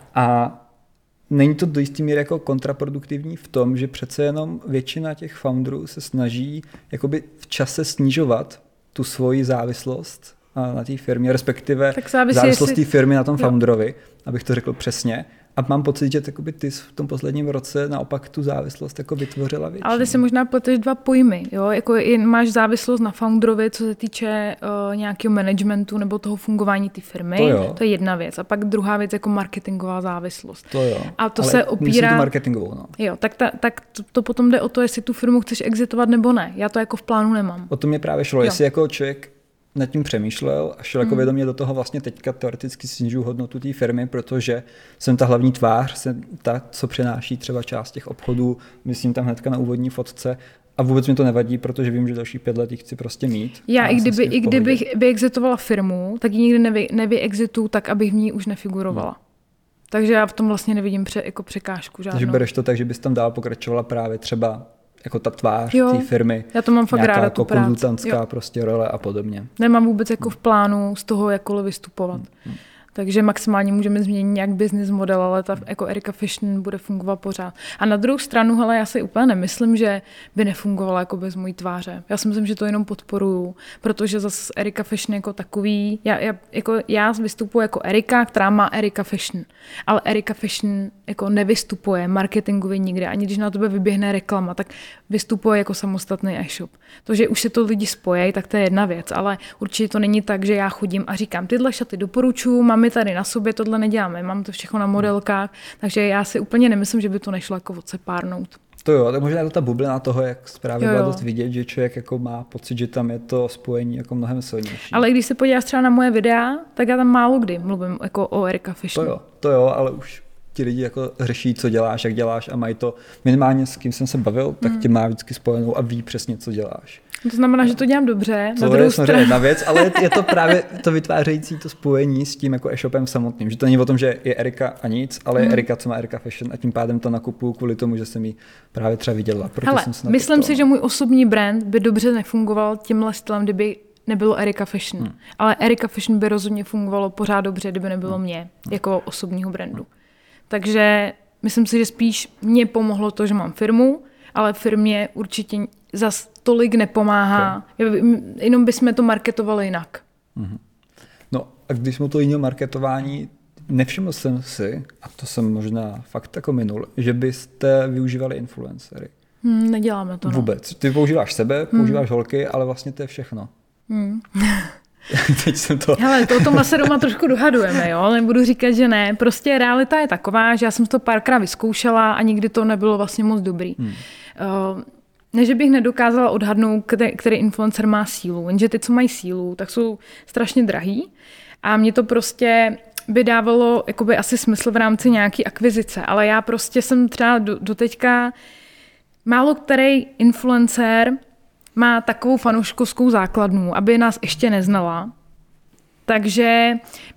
B: A není to do jistý míry jako kontraproduktivní v tom, že přece jenom většina těch founderů se snaží jakoby v čase snižovat tu svoji závislost na té firmě, respektive závislost jestli... té firmy na tom jo. founderovi, abych to řekl přesně. A mám pocit, že ty v tom posledním roce naopak tu závislost jako vytvořila větší.
D: Ale ty si možná pleteš dva pojmy. Jo? Jako je, máš závislost na founderovi, co se týče uh, nějakého managementu nebo toho fungování té firmy.
B: To,
D: to je jedna věc. A pak druhá věc jako marketingová závislost.
B: To jo.
D: A to
B: ale
D: se opírá...
B: tu marketingovou, no.
D: Jo, tak, ta, tak to, to potom jde o to, jestli tu firmu chceš exitovat nebo ne. Já to jako v plánu nemám.
B: O to mě právě šlo, jo. jestli jako člověk nad tím přemýšlel a šel jako mm. vědomě do toho vlastně teďka teoreticky snižuju hodnotu té firmy, protože jsem ta hlavní tvář, jsem ta, co přináší třeba část těch obchodů, myslím tam hnedka na úvodní fotce a vůbec mi to nevadí, protože vím, že další pět let ji chci prostě mít.
D: Já i kdyby, i kdybych vyexitovala firmu, tak ji nikdy nevy, nevyexitu tak, abych v ní už nefigurovala. Mm. Takže já v tom vlastně nevidím pře, jako překážku žádnou.
B: Takže bereš to tak, že bys tam dál pokračovala právě třeba jako ta tvář té firmy.
D: Já to mám fakt ráda,
B: jako
D: tu práci.
B: konzultantská prostě role a podobně.
D: Nemám vůbec jako v plánu z toho jakkoliv vystupovat. Hmm. Takže maximálně můžeme změnit nějak business model, ale ta jako Erika Fashion bude fungovat pořád. A na druhou stranu, hele, já si úplně nemyslím, že by nefungovala jako bez mojí tváře. Já si myslím, že to jenom podporuju, protože zase Erika Fashion jako takový, já, já, jako, já vystupuji jako Erika, která má Erika Fashion, ale Erika Fashion jako nevystupuje marketingově nikde, ani když na tebe vyběhne reklama, tak vystupuje jako samostatný e-shop. To, že už se to lidi spojí, tak to je jedna věc, ale určitě to není tak, že já chodím a říkám, tyhle šaty doporučuji, mám tady na sobě, tohle neděláme, mám to všechno na modelkách, takže já si úplně nemyslím, že by to nešlo jako odsepárnout.
B: To jo, tak možná je to ta bublina toho, jak právě byla dost vidět, že člověk jako má pocit, že tam je to spojení jako mnohem silnější.
D: Ale když se podíváš třeba na moje videa, tak já tam málo kdy mluvím jako o Erika Fashion.
B: To jo, to jo, ale už ti lidi jako řeší, co děláš, jak děláš a mají to minimálně s kým jsem se bavil, tak mm. tě má vždycky spojenou a ví přesně, co děláš.
D: To znamená, že to dělám dobře.
B: To je samozřejmě jedna věc, ale je to právě to vytvářející to spojení s tím jako e-shopem samotným. Že to není o tom, že je Erika a nic, ale je mm. Erika, co má Erika Fashion a tím pádem to nakupuju kvůli tomu, že jsem ji právě třeba viděla.
D: Hele, myslím si, že můj osobní brand by dobře nefungoval tímhle stylem, kdyby nebylo Erika Fashion. Hmm. Ale Erika Fashion by rozhodně fungovalo pořád dobře, kdyby nebylo mě jako osobního brandu. Takže myslím si, že spíš mě pomohlo to, že mám firmu, ale firmě určitě zas tolik nepomáhá. Okay. Jenom bychom to marketovali jinak.
B: Hmm. No a když jsme to jiného marketování, nevšiml jsem si, a to jsem možná fakt jako minul, že byste využívali influencery.
D: Hmm, neděláme to. No.
B: Vůbec. Ty používáš sebe, používáš hmm. holky, ale vlastně to je všechno.
D: Hmm.
B: Teď jsem to...
D: Hele, to o tom se doma trošku dohadujeme, jo? Nebudu říkat, že ne. Prostě realita je taková, že já jsem to párkrát vyzkoušela a nikdy to nebylo vlastně moc dobrý. Hmm. Uh, ne, že bych nedokázala odhadnout, který, který influencer má sílu. Jenže ty, co mají sílu, tak jsou strašně drahý. A mě to prostě by dávalo jakoby asi smysl v rámci nějaký akvizice. Ale já prostě jsem třeba do, doteďka málo který influencer má takovou fanouškovskou základnu, aby nás ještě neznala. Takže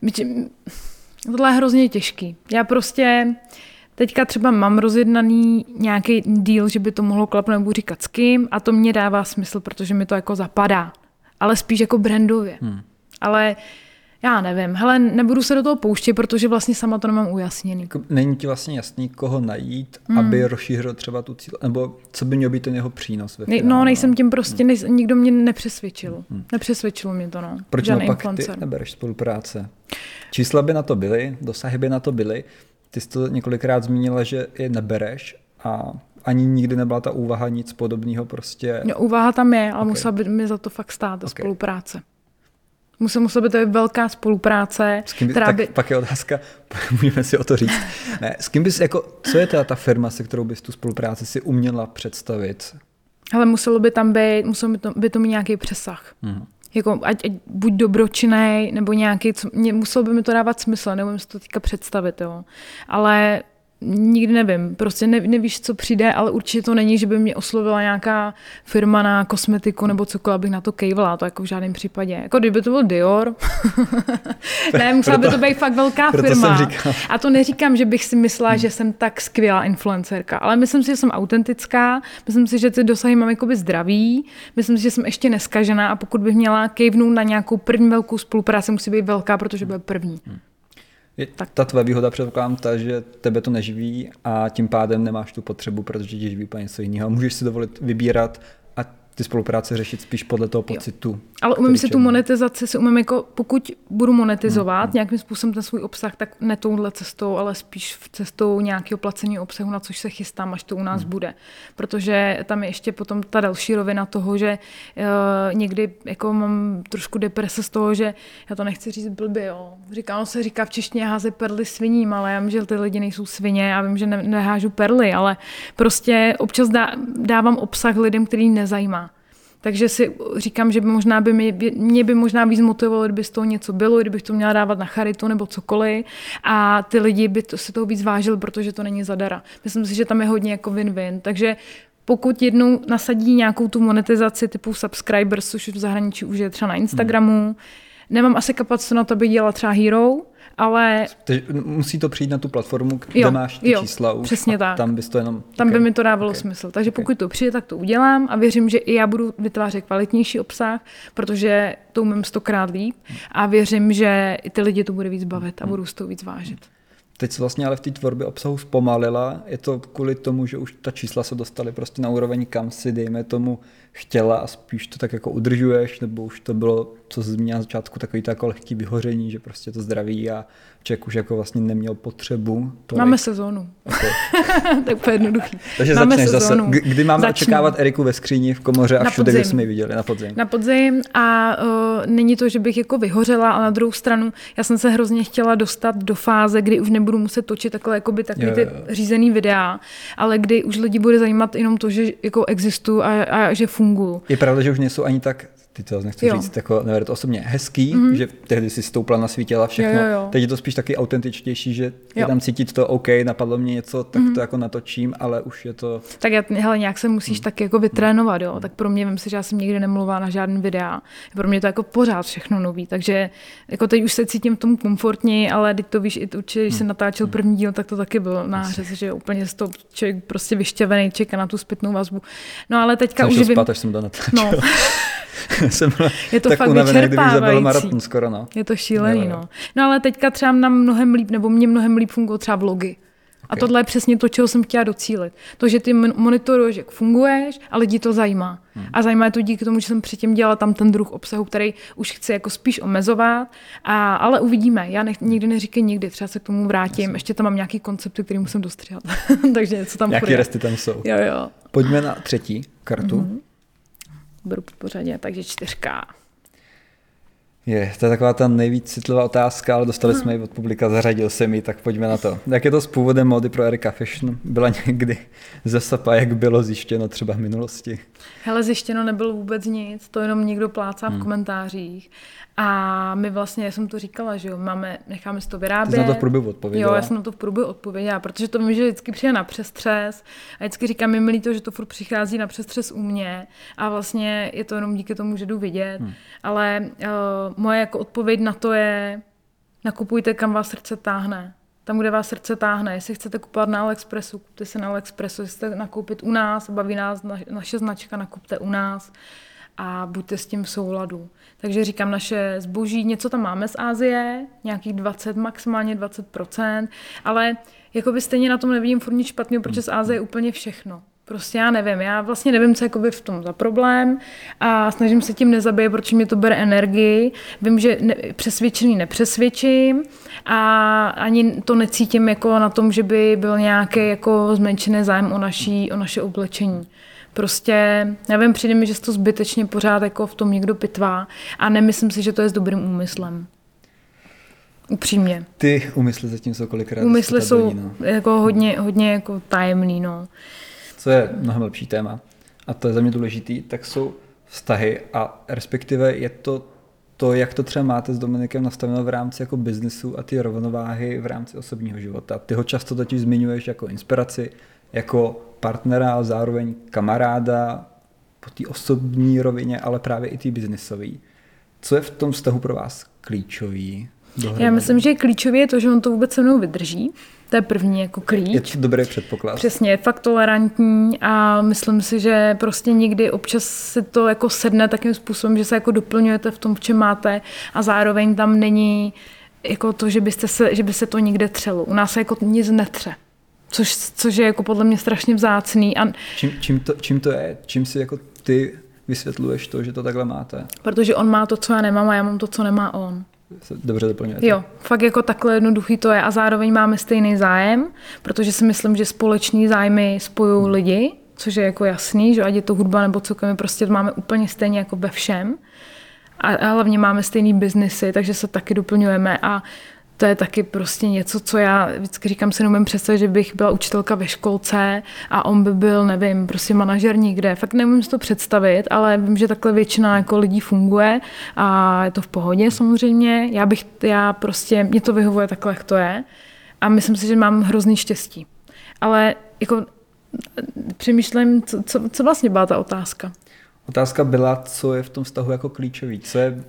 D: tohle je hrozně těžký. Já prostě teďka třeba mám rozjednaný nějaký deal, že by to mohlo klapnout, nebudu říkat s kým, a to mě dává smysl, protože mi to jako zapadá. Ale spíš jako brandově. Hmm. Ale já nevím, hele, nebudu se do toho pouštět, protože vlastně sama to nemám ujasněný.
B: Není ti vlastně jasný, koho najít, hmm. aby rozšířil třeba tu cíl, nebo co by měl být ten jeho přínos ve finále?
D: No, nejsem tím prostě, hmm. nej, nikdo mě nepřesvědčil. Hmm. Nepřesvědčilo mě to, no.
B: Proč
D: Žádný
B: naopak
D: influencer.
B: Ty nebereš spolupráce? Čísla by na to byly, dosahy by na to byly. Ty jsi to několikrát zmínila, že je nebereš a ani nikdy nebyla ta úvaha nic podobného prostě.
D: No, úvaha tam je, ale okay. musela by mi za to fakt stát, okay. spolupráce. Musel, musel by to být velká spolupráce.
B: S kým by,
D: která
B: tak
D: by...
B: pak je otázka, můžeme si o to říct. Ne, s kým bys, jako, co je teda ta firma, se kterou bys tu spolupráci si uměla představit?
D: Ale muselo by tam být, muselo by to, by to mít nějaký přesah. Hmm. Jako, ať, ať buď dobročinnej, nebo nějaký, co, mě, muselo by mi to dávat smysl, neumím si to teďka představit, jo. Ale nikdy nevím, prostě ne, nevíš, co přijde, ale určitě to není, že by mě oslovila nějaká firma na kosmetiku nebo cokoliv, abych na to kejvla, to jako v žádném případě. Jako kdyby to byl Dior, ne, musela proto, by to být fakt velká firma. A to neříkám, že bych si myslela, hmm. že jsem tak skvělá influencerka, ale myslím si, že jsem autentická, myslím si, že ty dosahy mám jakoby zdraví, myslím si, že jsem ještě neskažená a pokud bych měla kejvnout na nějakou první velkou spolupráci, musí být velká, protože bude první. Hmm.
B: Je ta tvoje výhoda, předpokládám, ta, že tebe to neživí a tím pádem nemáš tu potřebu, protože tě živí úplně něco jiného. Můžeš si dovolit vybírat a ty spolupráce řešit spíš podle toho pocitu. Jo.
D: Ale umím si tu monetizaci, si umím jako, pokud budu monetizovat hmm. nějakým způsobem ten svůj obsah, tak ne touhle cestou, ale spíš v cestou nějakého placení obsahu, na což se chystám, až to u nás hmm. bude. Protože tam je ještě potom ta další rovina toho, že uh, někdy jako mám trošku deprese z toho, že já to nechci říct blbě, jo. Říká, on se říká v češtině háze perly sviním, ale já vím, že ty lidi nejsou svině, já vím, že ne, nehážu perly, ale prostě občas dá, dávám obsah lidem, který nezajímá. Takže si říkám, že by možná by mě, mě by možná víc motivovalo, kdyby z toho něco bylo, kdybych to měla dávat na charitu nebo cokoliv a ty lidi by to, si toho víc vážili, protože to není zadara. Myslím si, že tam je hodně jako win-win. Takže pokud jednou nasadí nějakou tu monetizaci typu subscribers, což v zahraničí už je třeba na Instagramu, hmm. nemám asi kapacitu na to, aby dělala třeba Hero, ale...
B: Takže musí to přijít na tu platformu, kde jo, máš ty jo, čísla už
D: přesně
B: a
D: tak.
B: tam bys to jenom...
D: Tam
B: okay.
D: by mi to dávalo okay. smysl. Takže
B: okay.
D: pokud to přijde, tak to udělám a věřím, že i já budu vytvářet kvalitnější obsah, protože to umím stokrát líp a věřím, že i ty lidi to bude víc bavit a budou z toho víc vážit.
B: Teď jsi vlastně ale v té tvorbě obsahu zpomalila. Je to kvůli tomu, že už ta čísla se dostaly prostě na úroveň, kam si dejme tomu chtěla a spíš to tak jako udržuješ, nebo už to bylo, co jsi zmínila na začátku, takový to jako lehký vyhoření, že prostě to zdraví a člověk už jako vlastně neměl potřebu. Tolik.
D: Máme sezónu. Okay. To je úplně jednoduchý.
B: Takže máme začneš sezónu. Zase. Kdy máme Začnu. očekávat Eriku ve skříni v komoře a všude, kde jsme ji viděli, na podzim.
D: Na podzim a uh, není to, že bych jako vyhořela, a na druhou stranu já jsem se hrozně chtěla dostat do fáze, kdy už nebudu muset točit takhle jakoby takový jo, jo, jo. ty řízený videa, ale kdy už lidi bude zajímat jenom to, že jako existuju a, a že funguju.
B: Je pravda, že už nejsou ani tak, ty to nechci jo. říct, jako nevědět to osobně hezký, mm-hmm. že tehdy si stoupla na svý těla všechno, jo, jo, jo. teď je to spíš taky autentičtější, že je tam cítit to, OK, napadlo mě něco, tak mm-hmm. to jako natočím, ale už je to...
D: Tak já, hele, nějak se musíš mm. tak jako vytrénovat, jo, tak pro mě, vím si, že já jsem nikdy nemluvila na žádný videa, pro mě to jako pořád všechno nový, takže jako teď už se cítím v tom komfortně, ale teď to víš, i určitě, když mm. jsem natáčel první díl, tak to taky bylo nářez, že úplně z toho člověk prostě vyšťavený, čeká na tu zpětnou vazbu. No ale teďka
B: jsem
D: už
B: šel
D: vím...
B: spát, až jsem to natáčel.
D: No.
B: Jsem
D: je to
B: tak
D: fakt
B: unavený, kdybych zabil
D: vyčerpávající.
B: maraton skoro, no.
D: Je to šílený,
B: Jo, jo.
D: no. No ale teďka třeba nám mnohem líp, nebo mě mnohem líp fungují třeba vlogy. A
B: Okay.
D: tohle je přesně to, čeho jsem chtěla docílit. To, že ty monitoruješ, jak funguješ a lidi to zajímá. Hmm. A zajímá je to díky tomu, že jsem předtím dělala tam ten druh obsahu, který už chci jako spíš omezovat, a, ale uvidíme. Já nech, nikdy neříkej nikdy, třeba se k tomu vrátím. Jasně. Ještě tam mám nějaký koncepty, který musím dostřihat. Takže něco tam
B: Nějaký
D: chudě.
B: resty tam jsou.
D: Jo, jo.
B: Pojďme na třetí kartu.
D: Mm-hmm. Beru po pořadě, takže čtyřka.
B: Je, to je taková ta nejvíc citlivá otázka, ale dostali hmm. jsme ji od publika, zařadil jsem ji, tak pojďme na to. Jak je to s původem módy pro Erika Fashion? Byla někdy ze sapa, jak bylo zjištěno třeba v minulosti?
D: Hele, zjištěno nebylo vůbec nic, to jenom někdo plácá hmm. v komentářích. A my vlastně, já jsem to říkala, že jo, máme, necháme si to vyrábět.
B: Ty jsi na to v průběhu odpověděla?
D: Jo, já jsem na to v průběhu odpověděla, protože to vím, že vždycky přijde na přestřes a vždycky říkám, je milý to, že to furt přichází na přestřes u mě a vlastně je to jenom díky tomu, že jdu vidět. Hmm. Ale uh, moje jako odpověď na to je, nakupujte, kam vás srdce táhne. Tam, kde vás srdce táhne. Jestli chcete kupovat na AliExpressu, kupte se na AliExpressu. Jestli chcete nakoupit u nás, baví nás na, naše značka, nakupte u nás. A buďte s tím v souladu. Takže říkám, naše zboží, něco tam máme z Asie, nějakých dvacet, maximálně dvacet procent, ale jakoby stejně na tom nevidím furt nic špatného, protože z Asie je úplně všechno. Prostě já nevím, já vlastně nevím, co je v tom za problém a snažím se tím nezabijit, protože mě to bere energii. Vím, že ne, přesvědčený nepřesvědčím a ani to necítím jako na tom, že by byl nějaký jako zmenšený zájem o, naší, o naše oblečení. Prostě, nevím, přijde mi, že se to zbytečně pořád jako v tom někdo pitvá a nemyslím si, že to je s dobrým úmyslem. Upřímně.
B: Ty úmysly zatím jsou kolikrát.
D: Úmysly jsou no. jako hodně, hodně jako tajemný, no.
B: Co je mnohem lepší téma, a to je za mě důležitý, tak jsou vztahy a respektive je to to, jak to třeba máte s Dominikem nastaveno v rámci jako biznesu a ty rovnováhy v rámci osobního života. Ty ho často totiž zmiňuješ jako inspiraci, jako partnera, ale zároveň kamaráda po té osobní rovině, ale právě i té biznisové. Co je v tom vztahu pro vás klíčový? Dohromady?
D: Já myslím, že klíčový je to, že on to vůbec se mnou vydrží. To je první jako klíč.
B: Je to dobrý předpoklad.
D: Přesně, je fakt tolerantní a myslím si, že prostě někdy občas si to jako sedne takým způsobem, že se jako doplňujete v tom, v čem máte a zároveň tam není jako to, že, byste se, že by se to někde třelo. U nás se jako nic netře. Což, což je jako podle mě strašně vzácný. A
B: čím, čím, to, čím to je? Čím si jako ty vysvětluješ to, že to takhle máte?
D: Protože on má to, co já nemám a já mám to, co nemá on.
B: Se dobře doplňujete.
D: Jo, fakt jako takhle jednoduchý to je a zároveň máme stejný zájem, protože si myslím, že společný zájmy spojují hmm. lidi, což je jako jasný, že ať je to hudba nebo cokoliv, prostě máme úplně stejně jako ve všem. A, a hlavně máme stejný biznesy, takže se taky doplňujeme a to je taky prostě něco, co já vždycky říkám, si neumím představit, že bych byla učitelka ve školce a on by byl, nevím, prostě manažer někde. Fakt neumím si to představit, ale vím, že takhle většina jako lidí funguje a je to v pohodě samozřejmě. Já bych, já prostě, mě to vyhovuje takhle, jak to je a myslím si, že mám hrozný štěstí. Ale jako přemýšlím, co, co, co vlastně byla ta otázka?
B: Otázka byla, co je v tom vztahu jako klíčový, co je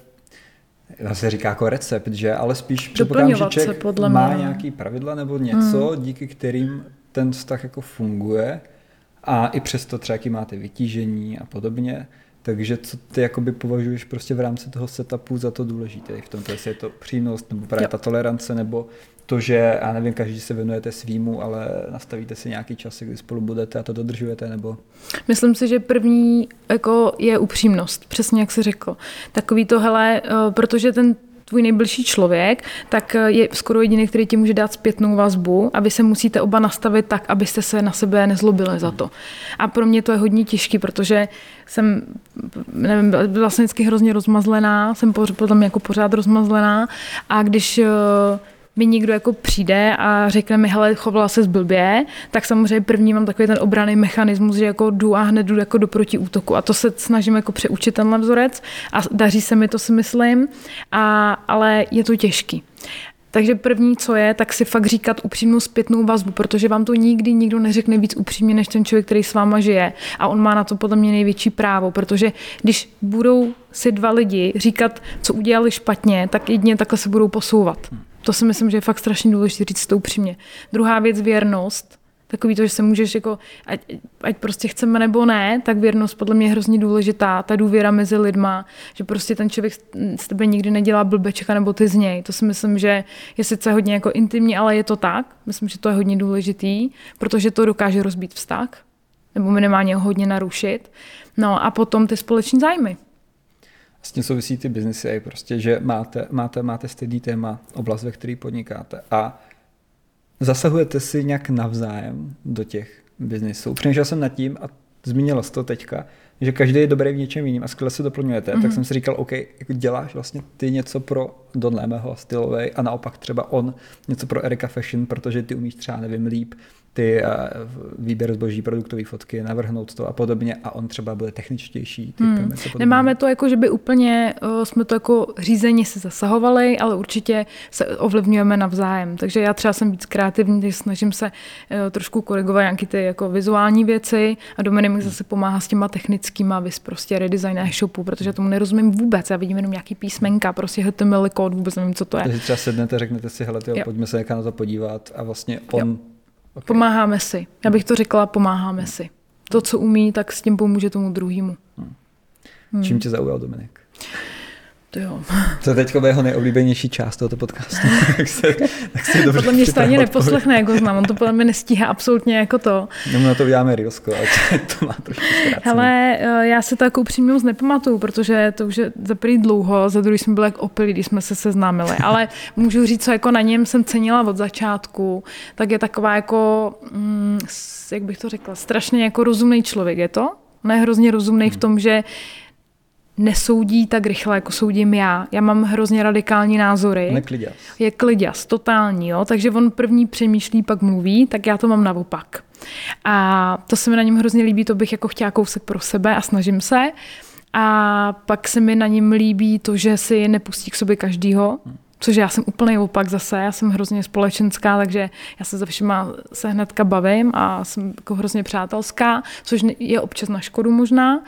B: se říká jako recept, že? Ale spíš předpokládám, že člověk má mě. nějaký pravidla nebo něco, hmm. díky kterým ten vztah jako funguje a i přesto třeba jaký máte vytížení a podobně. Takže co ty jakoby považuješ prostě v rámci toho setupu za to důležité v tomto, jestli je to přínos nebo právě jo. ta tolerance nebo to, že, já nevím, každý se věnujete svýmu, ale nastavíte si nějaký čas, kdy spolu budete a to dodržujete, nebo?
D: Myslím si, že první jako je upřímnost, přesně jak jsi řekl. Takový to, hele, protože ten tvůj nejbližší člověk, tak je skoro jediný, který ti může dát zpětnou vazbu a vy se musíte oba nastavit tak, abyste se na sebe nezlobili za to. A pro mě to je hodně těžký, protože jsem, nevím, byla vlastně vždycky hrozně rozmazlená, jsem potom jako pořád rozmazlená a když mi někdo jako přijde a řekne mi, hele, chovala se zblbě, tak samozřejmě první mám takový ten obranný mechanismus, že jako jdu a hned jdu jako do protiútoku. A to se snažím jako přeučit tenhle vzorec a daří se mi to, si myslím, a, ale je to těžký. Takže první, co je, tak si fakt říkat upřímnou zpětnou vazbu, protože vám to nikdy nikdo neřekne víc upřímně, než ten člověk, který s váma žije. A on má na to podle mě největší právo, protože když budou si dva lidi říkat, co udělali špatně, tak jedině takhle se budou posouvat. To si myslím, že je fakt strašně důležité říct to upřímně. Druhá věc, věrnost. Takový to, že se můžeš jako, ať, ať prostě chceme nebo ne, tak věrnost podle mě je hrozně důležitá, ta důvěra mezi lidma, že prostě ten člověk z tebe nikdy nedělá blbečka nebo ty z něj. To si myslím, že je sice hodně jako intimní, ale je to tak. Myslím, že to je hodně důležitý, protože to dokáže rozbít vztah nebo minimálně ho hodně narušit. No a potom ty společní zájmy.
B: S tím souvisí ty biznesy, prostě, že máte, máte, máte stejný téma, oblast, ve které podnikáte a zasahujete si nějak navzájem do těch biznesů. Přemýšlel jsem nad tím a zmínila jsi to teďka, že každý je dobrý v něčem jiným a skvěle se doplňujete, mm-hmm. tak jsem si říkal, OK, jako děláš vlastně ty něco pro Don Lémeho stylovej a naopak třeba on něco pro Erika Fashion, protože ty umíš třeba, nevím, líp ty uh, výběr zboží, produktové fotky, navrhnout to a podobně a on třeba bude techničtější.
D: Hmm. Nemáme to jako, že by úplně uh, jsme to jako řízeně se zasahovali, ale určitě se ovlivňujeme navzájem. Takže já třeba jsem víc kreativní, takže snažím se uh, trošku korigovat nějaké ty jako vizuální věci a Dominik mi zase pomáhá s těma technickýma, vys prostě redesign e-shopu, protože tomu nerozumím vůbec. Já vidím jenom nějaký písmenka, prostě H T M L kód, vůbec nevím, co to je.
B: Takže třeba sednete, řeknete si, hele, tyjo, pojďme se někam na to podívat a vlastně on...
D: Okay. Pomáháme si. Já bych to řekla, pomáháme si. To, co umí, tak s tím pomůže tomu druhému.
B: Hmm. Hmm. Čím tě zaujal Dominik?
D: To jo.
B: To je teďko jeho nejoblíbenější část tohoto podcastu. tak se, tak se dobře
D: podle mě stejně neposlechne, jako znám. On to podle mě nestíhá absolutně jako to.
B: No, na to uděláme Reelsko, ale to má trošku zkrácený.
D: Hele, já si to jako upřímně moc nepamatuju, protože to už je za první dlouho, za druhý jsme byli jak opilí, když jsme se seznámili. Ale můžu říct, co jako na něm jsem cenila od začátku, tak je taková jako, mm, jak bych to řekla, strašně jako rozumný člověk je to. On je hrozně rozumný hmm. v tom, že nesoudí tak rychle, jako soudím já. Já mám hrozně radikální názory.
B: Nekliďas.
D: Je kliďas, totální, jo. Takže on první přemýšlí, pak mluví, tak já to mám naopak. A to se mi na něm hrozně líbí, to bych jako chtěla kousek pro sebe a snažím se. A pak se mi na něm líbí to, že si nepustí k sobě každýho, což já jsem úplně opak zase, já jsem hrozně společenská, takže já se se všema se hnedka bavím a jsem jako hrozně přátelská, což je občas na škodu možná.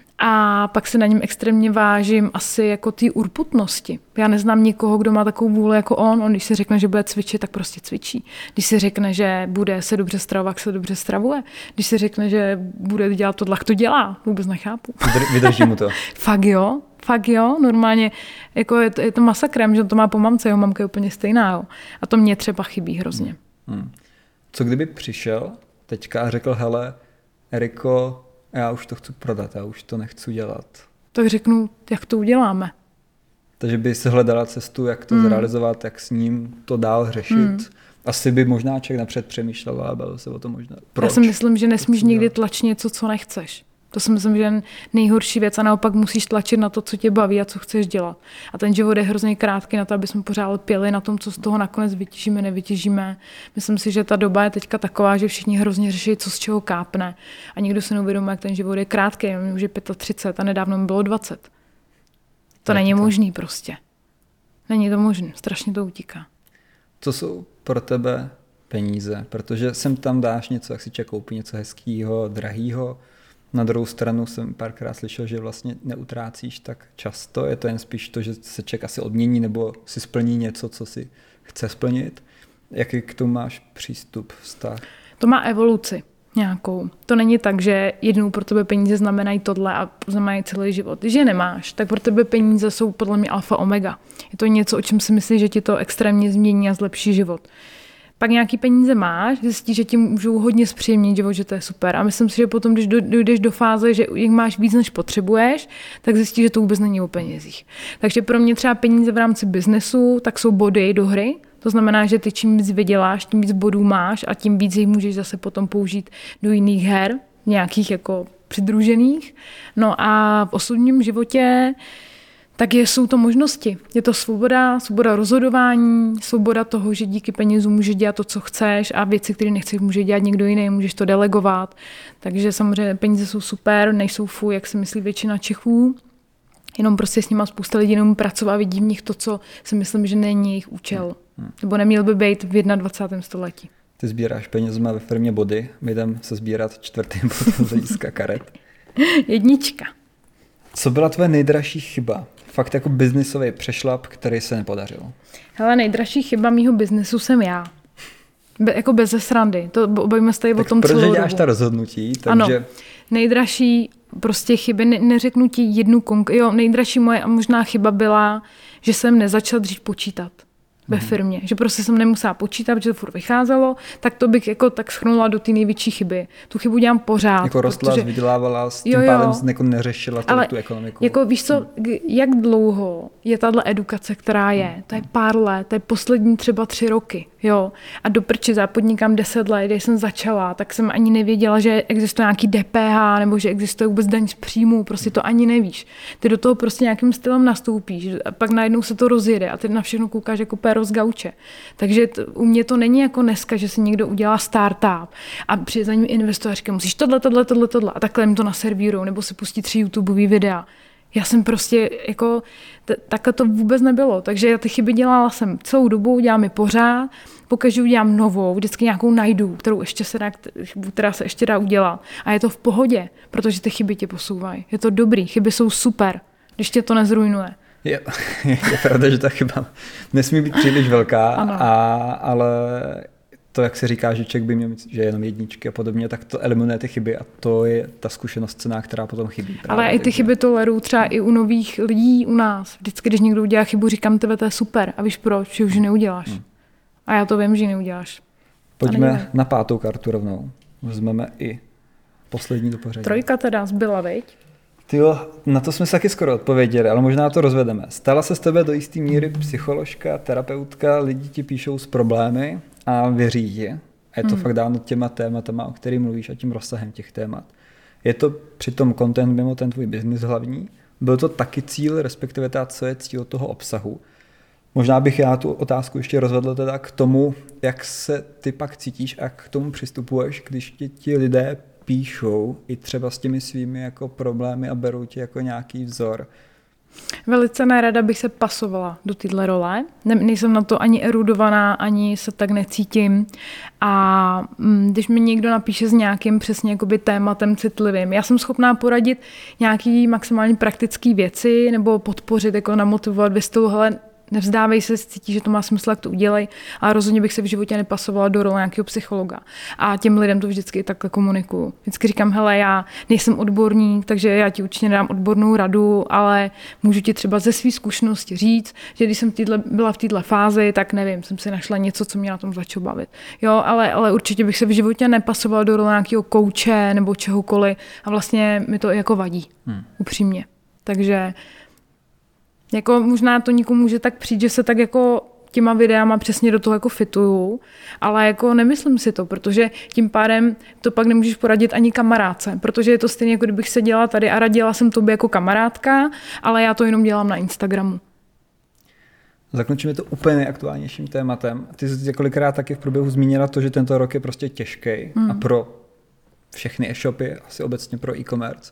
D: A pak se na něm extrémně vážím asi jako té urputnosti. Já neznám nikoho, kdo má takovou vůli jako on. On, když si řekne, že bude cvičit, tak prostě cvičí. Když si řekne, že bude se dobře stravovat, se dobře stravuje. Když si řekne, že bude dělat tohle, to dělá. Vůbec nechápu.
B: Vydrží mu to.
D: Fakt jo, fakt jo. Normálně jako je to, je to masakrem, že to má po mamce, jeho mamka je úplně stejná. Jo. A to mě třeba chybí hrozně.
B: Hmm. Co kdyby přišel teďka a řekl, hele, Eriko, já už to chci prodat, já už to nechci dělat.
D: Tak řeknu, jak to uděláme.
B: Takže by se hledala cestu, jak to mm. zrealizovat, jak s ním to dál řešit. Mm. Asi by možná člověk napřed přemýšlela a bavil se o to možná. Proč?
D: Já si myslím, že nesmíš nikdy tlačit něco, co nechceš. To si myslím, že je nejhorší věc a naopak musíš tlačit na to, co tě baví a co chceš dělat. A ten život je hrozně krátký na to, aby jsme pořád lpěli na tom, co z toho nakonec vytěžíme, nevytěžíme. Myslím si, že ta doba je teďka taková, že všichni hrozně řeší, co z čeho kápne. A nikdo si neuvědomuje, jak ten život je krátký. Mě už je třicet pět a nedávno mi bylo dvacet. To jak není to? Možný prostě. Není to možné, strašně to utíká.
B: Co jsou pro tebe peníze? Protože sem tam dáš něco, jak si člověk koupí něco hezkýho, drahýho. Na druhou stranu jsem párkrát slyšel, že vlastně neutrácíš tak často. Je to jen spíš to, že se člověk asi odmění nebo si splní něco, co si chce splnit. Jaký k tomu máš přístup, vztah?
D: To má evoluci nějakou. To není tak, že jednou pro tebe peníze znamenají tohle a znamenají celý život. Když je nemáš, tak pro tebe peníze jsou podle mě alfa omega. Je to něco, o čem si myslíš, že ti to extrémně změní a zlepší život. Pak nějaký peníze máš, zjistíš, že ti můžou hodně zpříjemnit život, že to je super. A myslím si, že potom, když dojdeš do fáze, že jich máš víc, než potřebuješ, tak zjistíš, že to vůbec není o penězích. Takže pro mě třeba peníze v rámci biznesu, tak jsou body do hry. To znamená, že ty čím víc vyděláš, tím víc bodů máš a tím víc jich můžeš zase potom použít do jiných her, nějakých jako přidružených. No a v osobním životě tak jsou to možnosti. Je to svoboda, svoboda rozhodování, svoboda toho, že díky penězům můžeš dělat to, co chceš a věci, které nechceš, může dělat někdo jiný, můžeš to delegovat. Takže samozřejmě peníze jsou super, nejsou fuj, jak si myslí většina Čechů. Jenom prostě s nima spousta lidí jenom pracovat a vidí v nich to, co si myslím, že není jejich účel. Hmm. Nebo neměl by být v dvacátém prvním století.
B: Ty sbíráš penězma ve firmě Body, my jdem se sbírat čtvrtým bodem z hlediska karet.
D: Jednička.
B: Co byla tvoje nejdražší chyba? Fakt jako biznisový přešlap, který se nepodařil.
D: Hele, nejdražší chyba mýho biznesu jsem já. Be, jako bez srandy. To bavíme se tady o tom celou
B: protože
D: dobu.
B: děláš ta rozhodnutí, takže...
D: Ano, nejdražší prostě chyby, ne, neřeknu ti jednu konk... Jo, nejdražší moje a možná chyba byla, že jsem nezačal dřív počítat ve firmě. Že prostě jsem nemusela počítat, protože to furt vycházelo, tak to bych jako tak schrnula do té největší chyby. Tu chybu dělám pořád.
B: Jako rostla,
D: protože...
B: vydělávala, s tím
D: jo, jo.
B: pádem jako neřešila tu,
D: Ale
B: tu ekonomiku.
D: Jako víš co, jak dlouho je tahle edukace, která je? To je pár let, to je poslední třeba tři roky. Jo. A do prči, já podnikám deset let, když jsem začala, tak jsem ani nevěděla, že existuje nějaký D P H nebo že existuje vůbec daň z příjmu, prostě to ani nevíš. Ty do toho prostě nějakým stylem nastoupíš a pak najednou se to rozjede a ty na všechno koukáš jako péro z gauče. Takže t- u mě to není jako dneska, že si někdo udělá startup a přijde za ním investor a říká, musíš tohle, tohle, tohle, tohle a takhle jim to naservírujou nebo si pustí tři YouTubeový videa. Já jsem prostě jako, t- takhle to vůbec nebylo, takže já ty chyby dělala jsem celou dobu, dělám je pořád, pokaždé udělám novou, vždycky nějakou najdu, kterou ještě se dá, která se ještě dá udělat. A je to v pohodě, protože ty chyby tě posouvají. Je to dobrý, chyby jsou super, když tě to nezrujnuje.
B: Je, je pravda, že ta chyba nesmí být příliš velká, a, ale to, jak se říká, že člověk by měl mít, že je jenom jedničky a podobně, tak to eliminuje ty chyby a to je ta zkušenost cená, která potom chybí.
D: Ale i ty chyby tolerují třeba i u nových lidí u nás. Vždycky, když někdo udělá chybu, říkám, tebe to je super. A víš proč? Že už ji neuděláš. Hmm. A já to vím, že ji neuděláš.
B: Pojďme na pátou kartu rovnou. Vezmeme i poslední do pořadí.
D: Trojka teda zbyla, viď?
B: Tyjo, na to jsme se taky skoro odpověděli, ale možná to rozvedeme. Stala se z tebe do jisté míry psycholožka, terapeutka, lidi ti píšou s problémy a věří ti. A je to hmm. fakt dáno těma tématama, o kterých mluvíš a tím rozsahem těch témat. Je to přitom content mimo ten tvůj biznis hlavní? Byl to taky cíl, respektive ta, co je cíl toho obsahu? Možná bych já tu otázku ještě rozvedl teda k tomu, jak se ty pak cítíš a k tomu přistupuješ, když ti, ti lidé píšou i třeba s těmi svými jako problémy a berou tě jako nějaký vzor.
D: Velice nerada bych se pasovala do téhle role. Ne, nejsem na to ani erudovaná, ani se tak necítím. A když mi někdo napíše s nějakým přesně jakoby tématem citlivým, já jsem schopná poradit nějaký maximálně praktické věci nebo podpořit, jako namotivovat ve stylu, hele, nevzdávej se, cítí, že to má smysl, jak to udělej, ale rozhodně bych se v životě nepasovala do role nějakého psychologa. A těm lidem to vždycky takhle komunikuju. Vždycky říkám, hele, já nejsem odborník, takže já ti určitě nedám odbornou radu, ale můžu ti třeba ze své zkušenosti říct, že když jsem týdle, byla v této fázi, tak nevím, jsem si našla něco, co mě na tom začalo bavit. Jo, ale, ale určitě bych se v životě nepasovala do role nějakého kouče nebo čehokoliv a vlastně mi to jako vadí, hmm. upřímně. Takže jako možná to nikomu může tak přijít, že se tak jako těma videama přesně do toho jako fituju, ale jako nemyslím si to, protože tím pádem to pak nemůžeš poradit ani kamarádce, protože je to stejně, jako kdybych seděla tady a radila jsem tobě jako kamarádka, ale já to jenom dělám na Instagramu.
B: Zakončíme to úplně nejaktuálnějším tématem. Ty jsi několikrát taky v průběhu zmínila to, že tento rok je prostě těžký hmm. a pro všechny e-shopy, asi obecně pro e-commerce.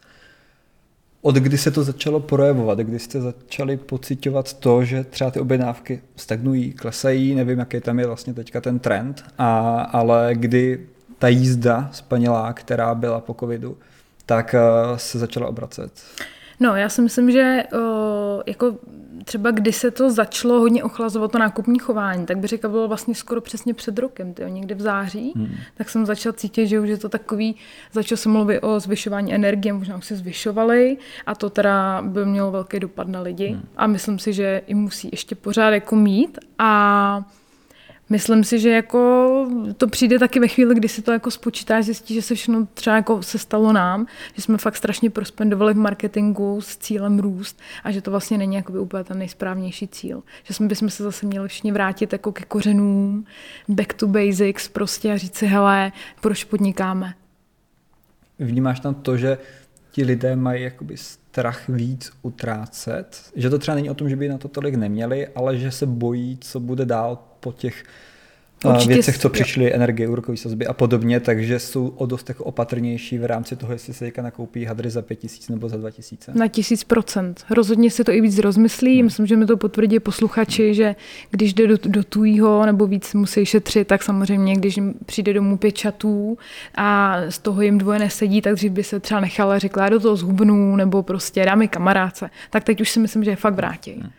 B: Od kdy se to začalo projevovat, kdy jste začali pociťovat to, že třeba ty objednávky stagnují, klesají, nevím, jaký tam je vlastně teďka ten trend, a, ale kdy ta jízda spanilá, která byla po covidu, tak uh, se začala obracet?
D: No, já si myslím, že uh, jako třeba když se to začalo hodně ochlazovat to nákupní chování, tak bych řekla, bylo vlastně skoro přesně před rokem, tyjo, někdy v září, hmm. tak jsem začala cítit, že už je to takový, začal jsem mluvit o zvyšování energie, možná už se zvyšovaly a to teda by mělo velký dopad na lidi hmm. a myslím si, že i musí ještě pořád jako mít a myslím si, že jako to přijde taky ve chvíli, kdy si to jako spočítáš, zjistíš, že se všechno třeba jako se stalo nám, že jsme fakt strašně prospendovali v marketingu s cílem růst a že to vlastně není jakoby úplně ten nejsprávnější cíl. Že jsme bychom se zase měli všichni vrátit jako ke kořenům, back to basics prostě a říct si, hele, proč podnikáme.
B: Vnímáš tam to, že ti lidé mají jakoby strach víc utrácet, že to třeba není o tom, že by na to tolik neměli, ale že se bojí, co bude dál po těch Určitě věcech, co přišly, jo. energie, úrokové sazby a podobně, takže jsou o dost jako opatrnější v rámci toho, jestli se teďka nakoupí hadry za pět tisíc nebo za dva tisíce.
D: Na tisíc procent. Rozhodně si to i víc rozmyslí. Hmm. Myslím, že mi to potvrdí posluchači, že když jde do, do tujího nebo víc musí šetřit, tak samozřejmě, když jim přijde domů pět čatů a z toho jim dvoje nesedí, tak dřív by se třeba nechala, řekla, do toho zhubnu nebo prostě dáme kamarádce. Tak teď už si myslím, že je fakt vrátí. Hmm.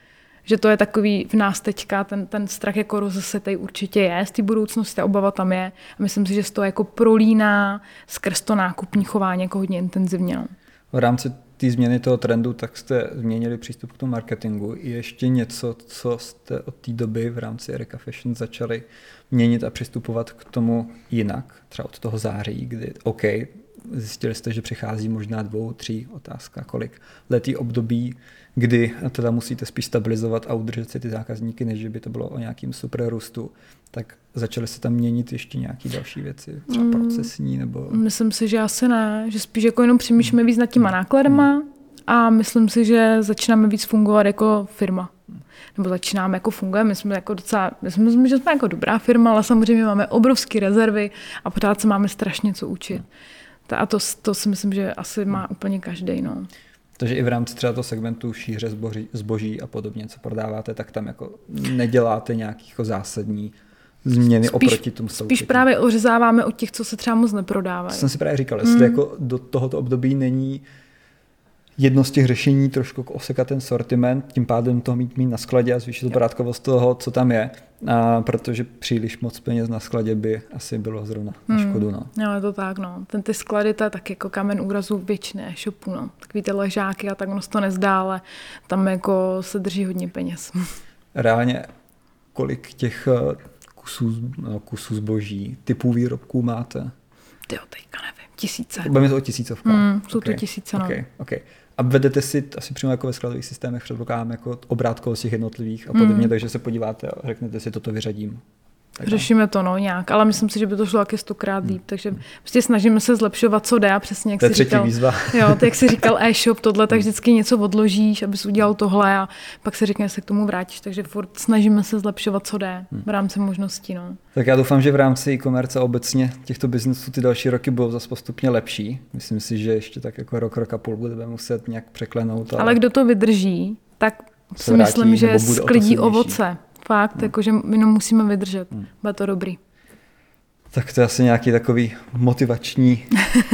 D: Že to je takový v nás teďka, ten, ten strach jako rozesetej určitě je, z té budoucnosti ta obava tam je a myslím si, že se to jako prolíná skrz to nákupní chování jako hodně intenzivně. No.
B: V rámci té změny toho trendu, tak jste změnili přístup k tomu marketingu. Je ještě něco, co jste od té doby v rámci Erika Fashion začali měnit a přistupovat k tomu jinak? Třeba od toho září, kdy OK, zjistili jste, že přichází možná dvou, tří, otázka kolik letý období, kdy teda musíte spíš stabilizovat a udržet si ty zákazníky, než by to bylo o nějakým super růstu. Tak začaly se tam měnit ještě nějaké další věci, třeba procesní nebo...
D: Myslím si, že asi ne, že spíš jako jenom přemýšlíme víc nad těma nákladama a myslím si, že začínáme víc fungovat jako firma. Nebo začínáme jako fungujeme, my jsme jako docela, myslím, že jsme jako dobrá firma, ale samozřejmě máme obrovské rezervy a pořád se máme strašně co učit. A to, to si myslím, že asi má úplně každý. No.
B: Takže i v rámci třeba toho segmentu šíře zboží, zboží a podobně, co prodáváte, tak tam jako neděláte nějaký jako zásadní změny spíš, oproti tomu soutěži.
D: Spíš právě ořezáváme od těch, co se třeba moc neprodávají.
B: Jsem si právě říkal, jestli mm. jako do tohoto období není jedno z těch řešení trošku osekat ten sortiment, tím pádem toho mít mít na skladě a zvýšit obrátkovost toho, co tam je, a protože příliš moc peněz na skladě by asi bylo zrovna na škodu. No.
D: Jo, je to tak, no. Ten ty sklady, to je tak jako kámen úrazu většině e-shopu, no. Takový ty ležáky a tak ono se to nezdá, ale tam jako se drží hodně peněz.
B: Reálně kolik těch kusů, no, kusů zboží, typů výrobků máte?
D: Tyjo, teďka nevím, tisíce.
B: Bavíme se o tisícovkách.
D: Mm, jsou okay. to tisíce, no.
B: Okay, okay. A vedete si asi přímo jako ve skladových systémech, předpokládám jako obrátkovost těch jednotlivých a podobně, mm. takže se podíváte a řeknete si, toto vyřadím. Tak
D: řešíme to, no, nějak, ale myslím si, že by to šlo taky stokrát líp, takže prostě snažíme se zlepšovat, co jde a přesně, jak
B: to
D: jsi říkal.
B: Výzva.
D: Jo, tak jak jsi říkal e-shop, tohle, tak vždycky něco odložíš, abys udělal tohle a pak se řekne, že se k tomu vrátíš, takže furt snažíme se zlepšovat, co jde v rámci možností, no.
B: Tak já doufám, že v rámci e-commerce a obecně těchto biznesů ty další roky budou zase postupně lepší. Myslím si, že ještě tak jako rok, rok a půl budeme muset nějak překlenout. Ale,
D: ale kdo to vydrží, tak si vrátí, myslím, že sklidí ovoce. Fakt, hmm. jakože jenom musíme vydržet. Hmm. Bude to dobrý.
B: Tak to je asi nějaký takový motivační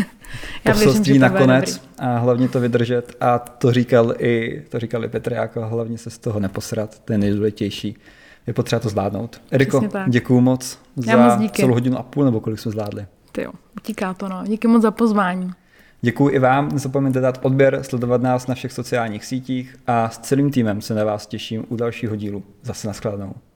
B: poselství nakonec a hlavně to vydržet. A to říkal i, to říkal i Petr Jáko, hlavně se z toho neposrat, to je nejdůležitější. Je potřeba to zvládnout. Eriko, děkuju moc
D: Já
B: za
D: moc
B: celou hodinu a půl, nebo kolik jsme zvládli.
D: Ty jo, utíká to, no. Díky moc za pozvání.
B: Děkuji i vám, nezapomeňte dát odběr, sledovat nás na všech sociálních sítích a s celým týmem se na vás těším u dalšího dílu. Zase nashledanou.